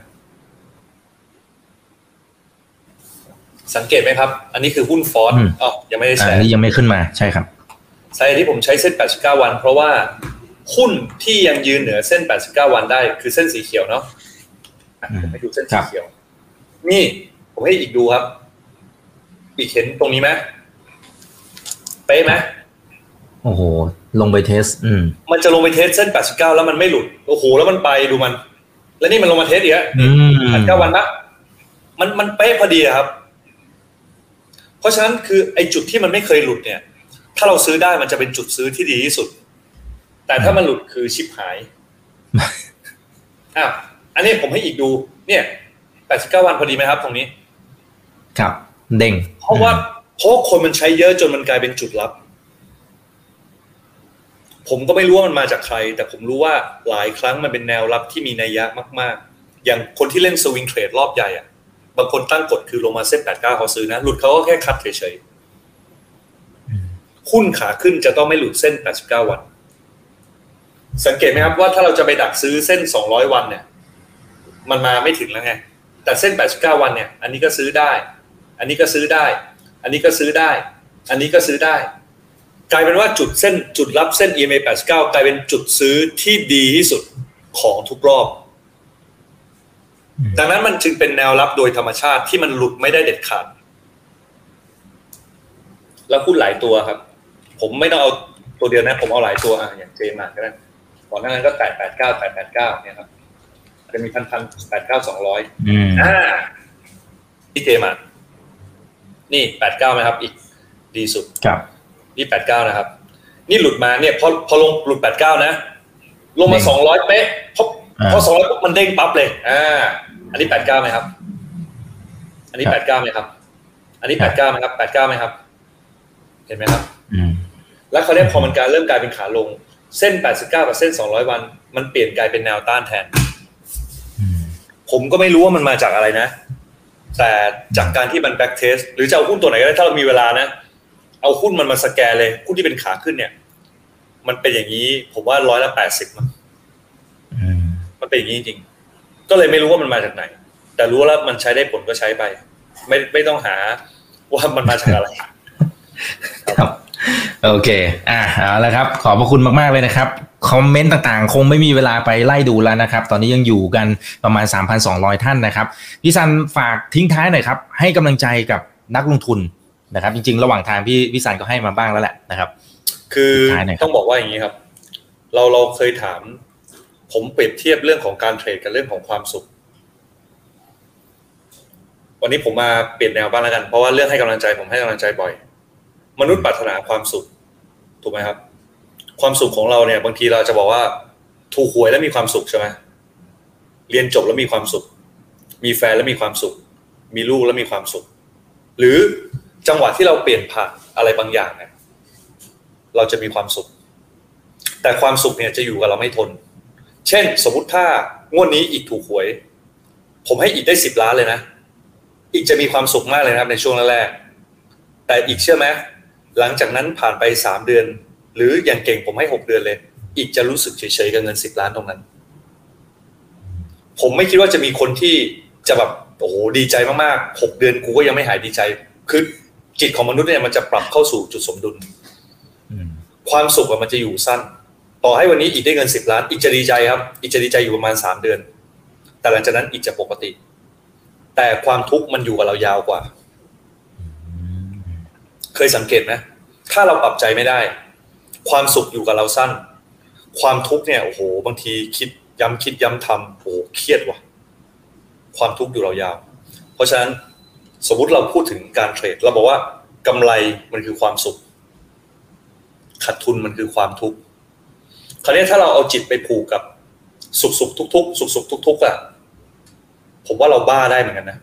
สังเกตไหมครับอันนี้คือหุ้นฟอร์ดอ๋อยังไม่ได้ใช้อันนี้ยังไม่ขึ้นมาใช่ครับสาเหตุที่ผมใช้เส้นแปดสิบเก้าวันเพราะว่าหุ้นที่ยังยืนเหนือเส้นแปดสิบเก้าวันได้คือเส้นสีเขียวเนาะผมให้ดูเส้นสีเขียวนี่ผมให้อีกดูครับอีกเห็นตรงนี้ไหมเป๊ะไหมโอ้โหลงไปเทสอืมมันจะลงไปเทสเส้นแปดสิบเก้าแล้วมันไม่หลุดโอ้โหแล้วมันไปดูมันแล้วนี่มันลงมาเทสอีกแล้วแปดสิบเก้าวันปะมันมันเป๊ะพอดีครับเพราะฉะนั้นคือไอ้จุดที่มันไม่เคยหลุดเนี่ยถ้าเราซื้อได้มันจะเป็นจุดซื้อที่ดีที่สุดแต่ถ้ามันหลุดคือชิบหายอ้าวอันนี้ผมให้อีกดูเนี่ยแปดสิบเก้าวันพอดีไหมครับตรงนี้ครับเด้งเพราะว่าเพราะคนมันใช้เยอะจนมันกลายเป็นจุดลับผมก็ไม่รู้ว่ามันมาจากใครแต่ผมรู้ว่าหลายครั้งมันเป็นแนวรับที่มีนัยยะมากๆอย่างคนที่เล่นสวิงเทรดรอบใหญ่อ่ะบางคนตั้งกฎคือลงมาเส้นแปดสิบเก้าเขาซื้อนะหลุดเขาก็แค่คัดเฉยๆหุ้นขาขึ้นจะต้องไม่หลุดเส้นแปดสิบเก้าวันสังเกตไหมครับว่าถ้าเราจะไปดักซื้อเส้นสองร้อยวันเนี่ยมันมาไม่ถึงแล้วไงแต่เส้นแปดสิบเก้าวันเนี่ยอันนี้ก็ซื้อได้อันนี้ก็ซื้อได้อันนี้ก็ซื้อได้อันนี้ก็ซื้อได้กลายเป็นว่าจุดเส้นจุดรับเส้น อี เอ็ม เอ แปดสิบเก้ากลายเป็นจุดซื้อที่ดีที่สุดของทุกรอบดังนั้นมันจึงเป็นแนวรับโดยธรรมชาติที่มันหลุดไม่ได้เด็ดขาดแล้วพูดหลายตัวครับผมไม่ต้องเอาตัวเดียวนะผมเอาหลายตัวอ่ะอย่างเจมาก็ได้ก่อนหน้านั้นก็แปดแปดเก้า แปดแปดเก้าเนี่ยครับจะมีพันพันแปดเก้าสองร้อยอ่าที่เจมานี่แปดเก้าไหมครับอีกดีสุดครับนี่แปดเก้านะครับนี่หลุดมาเนี่ยพอพอลงหลุดแปดเก้านะลงมาสองร้อยเป๊ะพอพอสองร้อยปุ๊บมันเด้งปั๊บเลยอ่าอันนี้แปดเก้าไหมครับอันนี้แปดเก้าไหมครับอันนี้แปดเก้าไหมครับแปดเก้าไหมครับเห็นไหมครับอืมแล้วเขาเรียกพอมันการเริ่มกลายเป็นขาลงเส้นแปดสิบเก้ากับเส้นสองร้อยวันมันเปลี่ยนกลายเป็นแนวต้านแทนผมก็ไม่รู้ว่ามันมาจากอะไรนะแต่จากการที่มันแบ็กเทสหรือจะเอาหุ้นตัวไหนก็ได้ถ้าเรามีเวลานะเอาหุ้นมันมาสแกนเลยหุ้นที่เป็นขาขึ้นเนี่ยมันเป็นอย่างนี้ผมว่าร้อยละแปดสิบมั้งมันเป็นอย่างนี้จริงๆก็เลยไม่รู้ว่ามันมาจากไหนแต่รู้แล้วมันใช้ได้ผลก็ใช้ไปไม่ไม่ต้องหาว่ามันมาจากอะไรครับโอเคอ่าเอาละครับขอบพระคุณมากๆเลยนะครับคอมเมนต์ต่างๆคงไม่มีเวลาไปไล่ดูแล้วนะครับตอนนี้ยังอยู่กันประมาณ สามพันสองร้อย ท่านนะครับพี่ซันฝากทิ้งท้ายหน่อยครับให้กำลังใจกับนักลงทุนนะครับจริงๆระหว่างทางพี่พี่ซันก็ให้มาบ้างแล้วแหละนะครับคือต้องบอกว่าอย่างนี้ครับเราเราเคยถามผมเปรียบเทียบเรื่องของการเทรดกับเรื่องของความสุขวันนี้ผมมาเปลี่ยนแนวบ้างแล้วกันเพราะว่าเรื่องให้กำลังใจผมให้กำลังใจบ่อยมนุษย์ปรารถนาความสุขถูกไหมครับความสุขของเราเนี่ยบางทีเราจะบอกว่าถูกหวยแล้วมีความสุขใช่ไหมเรียนจบแล้วมีความสุขมีแฟนแล้วมีความสุขมีลูกแล้วมีความสุขหรือจังหวะที่เราเปลี่ยนผ่านอะไรบางอย่างเนี่ยเราจะมีความสุขแต่ความสุขเนี่ยจะอยู่กับเราไม่ทนเช่นสมมุติถ้างวดนี้อีกถูกหวยผมให้อีกได้สิบล้านเลยนะอีกจะมีความสุขมากเลยนะครับในช่วงแรกๆแต่อีกเชื่อไหมหลังจากนั้นผ่านไปสามเดือนหรืออย่างเก่งผมให้หกเดือนเลยอีกจะรู้สึกเฉยๆกับเงินสิบล้านตรงนั้นผมไม่คิดว่าจะมีคนที่จะแบบโอ้โหดีใจมากๆหกเดือนกูก็ยังไม่หายดีใจคือจิตของมนุษย์เนี่ยมันจะปรับเข้าสู่จุดสมดุลความสุขมันจะอยู่สั้นต่อให้วันนี้อีกได้เงินสิบล้านอีกจะดีใจครับอีกจะดีใจอยู่ประมาณสามเดือนแต่หลังจากนั้นอีกจะปกติแต่ความทุกข์มันอยู่กับเรายาวกว่าเคยสังเกตไหมถ้าเราปรับใจไม่ได้ความสุขอยู่กับเราสั้นความทุกข์เนี่ยโอ้โหบางทีคิดย้ำคิดย้ำทำโอ้โหเครียดว่ะความทุกข์อยู่เรายาวเพราะฉะนั้นสมมุติเราพูดถึงการเทรดเราบอกว่ากำไรมันคือความสุขขาดทุนมันคือความทุกข์คราวนี้ถ้าเราเอาจิตไปผูกกับสุขสุขทุกทุกสุขสุขทุกทุกอ่ะผมว่าเราบ้าได้เหมือนกันนะ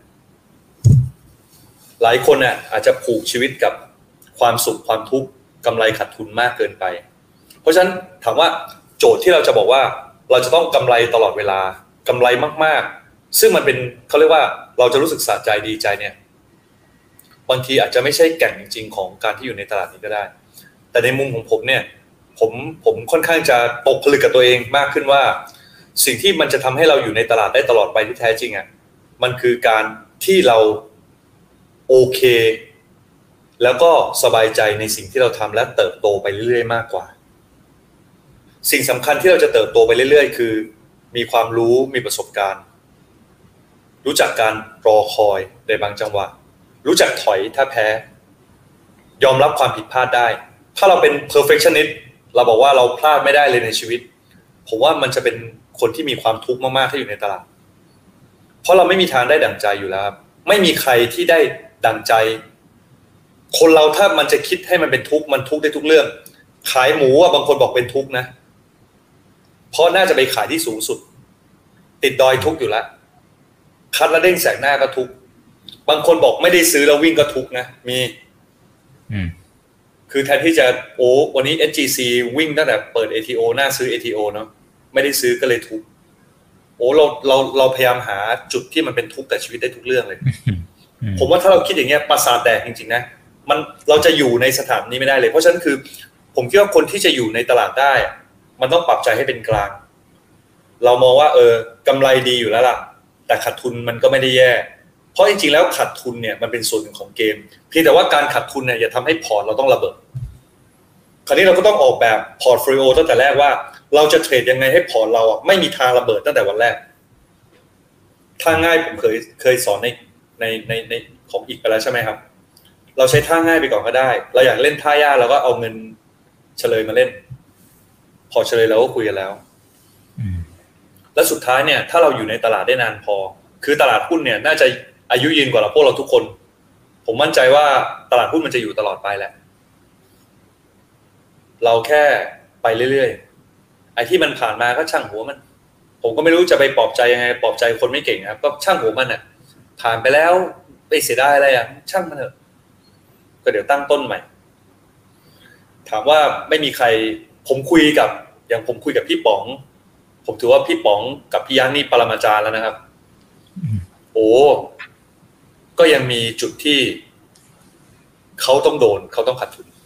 หลายคนเนี่ยอาจจะผูกชีวิตกับความสุขความทุกข์กำไรขาดทุนมากเกินไปเพราะฉะนั้นถามว่าโจทย์ที่เราจะบอกว่าเราจะต้องกำไรตลอดเวลากำไรมากๆซึ่งมันเป็นเขาเรียกว่าเราจะรู้สึกสะใจดีใจเนี่ยบางทีอาจจะไม่ใช่แก่นจริงๆของการที่อยู่ในตลาดนี้ก็ได้แต่ในมุมของผมเนี่ยผมผมค่อนข้างจะตกผลึกกับตัวเองมากขึ้นว่าสิ่งที่มันจะทำให้เราอยู่ในตลาดได้ตลอดไปที่แท้จริงอ่ะมันคือการที่เราโอเคแล้วก็สบายใจในสิ่งที่เราทำและเติบโตไปเรื่อยๆมากกว่าสิ่งสำคัญที่เราจะเติบโตไปเรื่อยๆคือมีความรู้มีประสบการณ์รู้จักการรอคอยในบางจังหวะรู้จักถอยถ้าแพ้ยอมรับความผิดพลาดได้ถ้าเราเป็น perfectionist เราบอกว่าเราพลาดไม่ได้เลยในชีวิตผมว่ามันจะเป็นคนที่มีความทุกข์มากๆที่อยู่ในตลาดเพราะเราไม่มีทางได้ดั่งใจอยู่แล้วครับไม่มีใครที่ได้ดั่งใจคนเราถ้ามันจะคิดให้มันเป็นทุกข์มันทุกข์ได้ทุกเรื่องขายหมูอ่ะบางคนบอกเป็นทุกข์นะเพราะน่าจะไปขายที่สูงสุดติดดอยทุกข์อยู่แล้วคัดแล้วเด้งแสกหน้าก็ทุกข์บางคนบอกไม่ได้ซื้อแล้ววิ่งก็ทุกข์นะมีอืมคือแทนที่จะโอ้วันนี้ เอส จี ซี วิ่งตั้งแต่เปิด เอ ที โอ น่าซื้อ เอ ที โอ เนาะไม่ได้ซื้อก็เลยทุกข์โอ้เราเราเราพยายามหาจุดที่มันเป็นทุกข์กับชีวิตได้ทุกเรื่องเลยผมว่าถ้าเราคิดอย่างเงี้ยประสาทแตกจริงๆนะมันเราจะอยู่ในสถานนี้ไม่ได้เลยเพราะฉะนั้นคือผมคิดว่าคนที่จะอยู่ในตลาดได้มันต้องปรับใจให้เป็นกลางเรามองว่าเออกำไรดีอยู่แล้วล่ะแต่ขาดทุนมันก็ไม่ได้แย่เพราะจริงๆแล้วขาดทุนเนี่ยมันเป็นส่วนหนึ่งของเกมเพียงแต่ว่าการขาดทุนเนี่ยอย่าทำให้พอร์ตเราต้องระเบิดคราวนี้เราก็ต้องออกแบบพอร์ตโฟลิโอตั้งแต่แรกว่าเราจะเทรดยังไงให้พอร์ตเราอ่ะไม่มีทางระเบิดตั้งแต่วันแรกท่าง่ายผมเคยเคยสอนในในในในของอีกไปแล้วใช่ไหมครับเราใช้ท่าง่ายไปก่อนก็ได้เราอยากเล่นท่ายากเราก็เอาเงินเฉลยมาเล่นพอเฉลยเราก็คุยกันแล้วและสุดท้ายเนี่ยถ้าเราอยู่ในตลาดได้นานพอคือตลาดหุ้นเนี่ยน่าจะอายุยืนกว่าเราพวกเราทุกคนผมมั่นใจว่าตลาดหุ้นมันจะอยู่ตลอดไปแหละเราแค่ไปเรื่อยๆไอ้ที่มันผ่านมาก็ช่างหัวมันผมก็ไม่รู้จะไปปลอบใจยังไงปลอบใจคนไม่เก่งครับก็ช่างหัวมันอ่ะผ่านไปแล้วไปเสียดายอะไรอ่ะช่างมันเถอะก็เดี๋ยวตั้งต้นใหม่ถามว่าไม่มีใครผมคุยกับอย่างผมคุยกับพี่ป๋องผมถือว่าพี่ป๋องกับพี่ยักษ์นี่ปรมาจารย์แล้วนะครับโอ้ก็ยังมีจุดที่เขาต้องโดนเขาต้องขาดทุน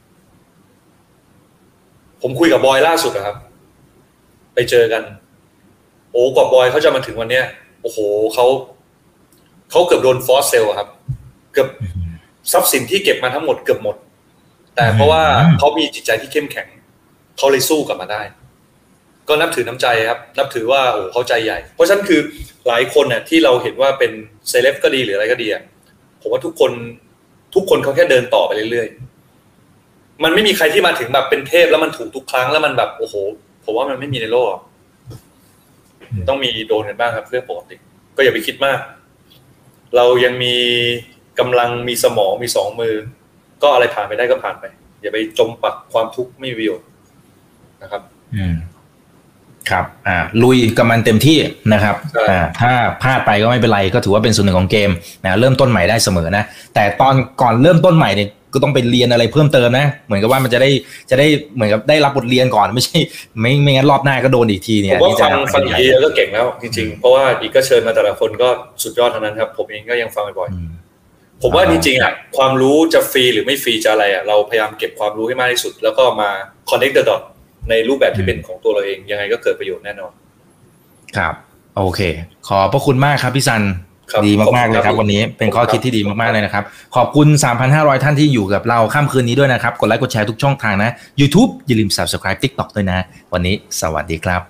ผมคุยกับบอยล่าสุดนะครับไปเจอกันโอ้กว่าบอยเขาจะมาถึงวันเนี้ยโอ้โหเขาเขาเกือบโดนฟอสเซลครับเกือบทรัพย์สินที่เก็บมาทั้งหมดเกือบหมดแต่เพราะว่าเขามีจิตใจที่เข้มแข็งเขาเลยสู้กลับมาได้ก็นับถือน้ำใจครับนับถือว่าโอ้เขาใจใหญ่เพราะฉะนั้นคือหลายคนเนี่ยที่เราเห็นว่าเป็นเซเลบก็ดีหรืออะไรก็ดีอ่ะผมว่าทุกคนทุกคนเขาแค่เดินต่อไปเรื่อยๆมันไม่มีใครที่มาถึงแบบเป็นเทพแล้วมันถูกทุกครั้งแล้วมันแบบโอ้โหผมว่ามันไม่มีในโลกต้องมีโดนกันบ้างครับเรื่องปกติก็อย่าไปคิดมากเรายังมีกำลังมีสมองมีสองมือก็อะไรผ่านไปได้ก็ผ่านไปอย่าไปจมปักความทุกข์ไม่มีประโยชน์นะครับอืมครับอ่าลุยกับมันเต็มที่นะครับอ่าถ้าพลาดไปก็ไม่เป็นไรก็ถือว่าเป็นส่วนหนึ่งของเกมนะเริ่มต้นใหม่ได้เสมอนะแต่ตอนก่อนเริ่มต้นใหม่เนี่ยก็ต้องไปเรียนอะไรเพิ่มเติมนะเหมือนกับว่ามันจะได้จะได้เหมือนกับได้รับบทเรียนก่อนไม่ใช่ไม่ไม่งั้นรอบหน้าก็โดนอีกทีเนี่ยผมว่าฟังฟังดีแล้วก็เก่งแล้วจริงๆเพราะว่าอีกก็เชิญมาแต่ละคนก็สุดยอดทั้งนั้นครับผมเองก็ยังฟังบ่อยๆผมว่าจริงๆอ่ะความรู้จะฟรีหรือไม่ฟรีจะอะไรอ่ะเราพยายามเก็บความรู้ให้มากที่สุดแล้วก็มา connect the dot ในรูปแบบที่เป็นของตัวเราเองยังไงก็เกิดประโยชน์แน่นอนครับโอเคขอบพระคุณมากครับพี่ซันดีมากๆเลยครับวันนี้เป็นข้อคิดที่ดีมากๆเลยนะครับขอบคุณ สามพันห้าร้อย ท่านที่อยู่กับเราค่ำคืนนี้ด้วยนะครับกดไลค์กดแชร์ทุกช่องทางนะ YouTube อย่าลืม Subscribe TikTok ด้วยนะวันนี้สวัสดีครับ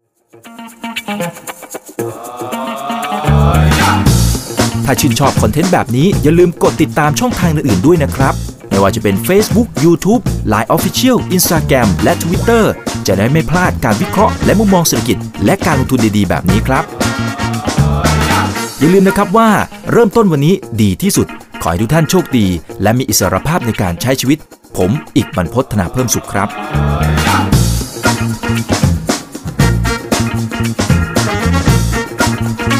ถ้าชื่นชอบคอนเทนต์แบบนี้อย่าลืมกดติดตามช่องทางอื่นๆด้วยนะครับไม่ว่าจะเป็น Facebook YouTube ไลน์ Official Instagram และ Twitter จะได้ไม่พลาดการวิเคราะห์และมุมมองเศรษฐกิจและการลงทุนดีๆแบบนี้ครับอย่าลืมนะครับว่าเริ่มต้นวันนี้ดีที่สุดขอให้ทุกท่านโชคดีและมีอิสรภาพในการใช้ชีวิตผมอีกบรรพต ธนาเพิ่มสุขครับ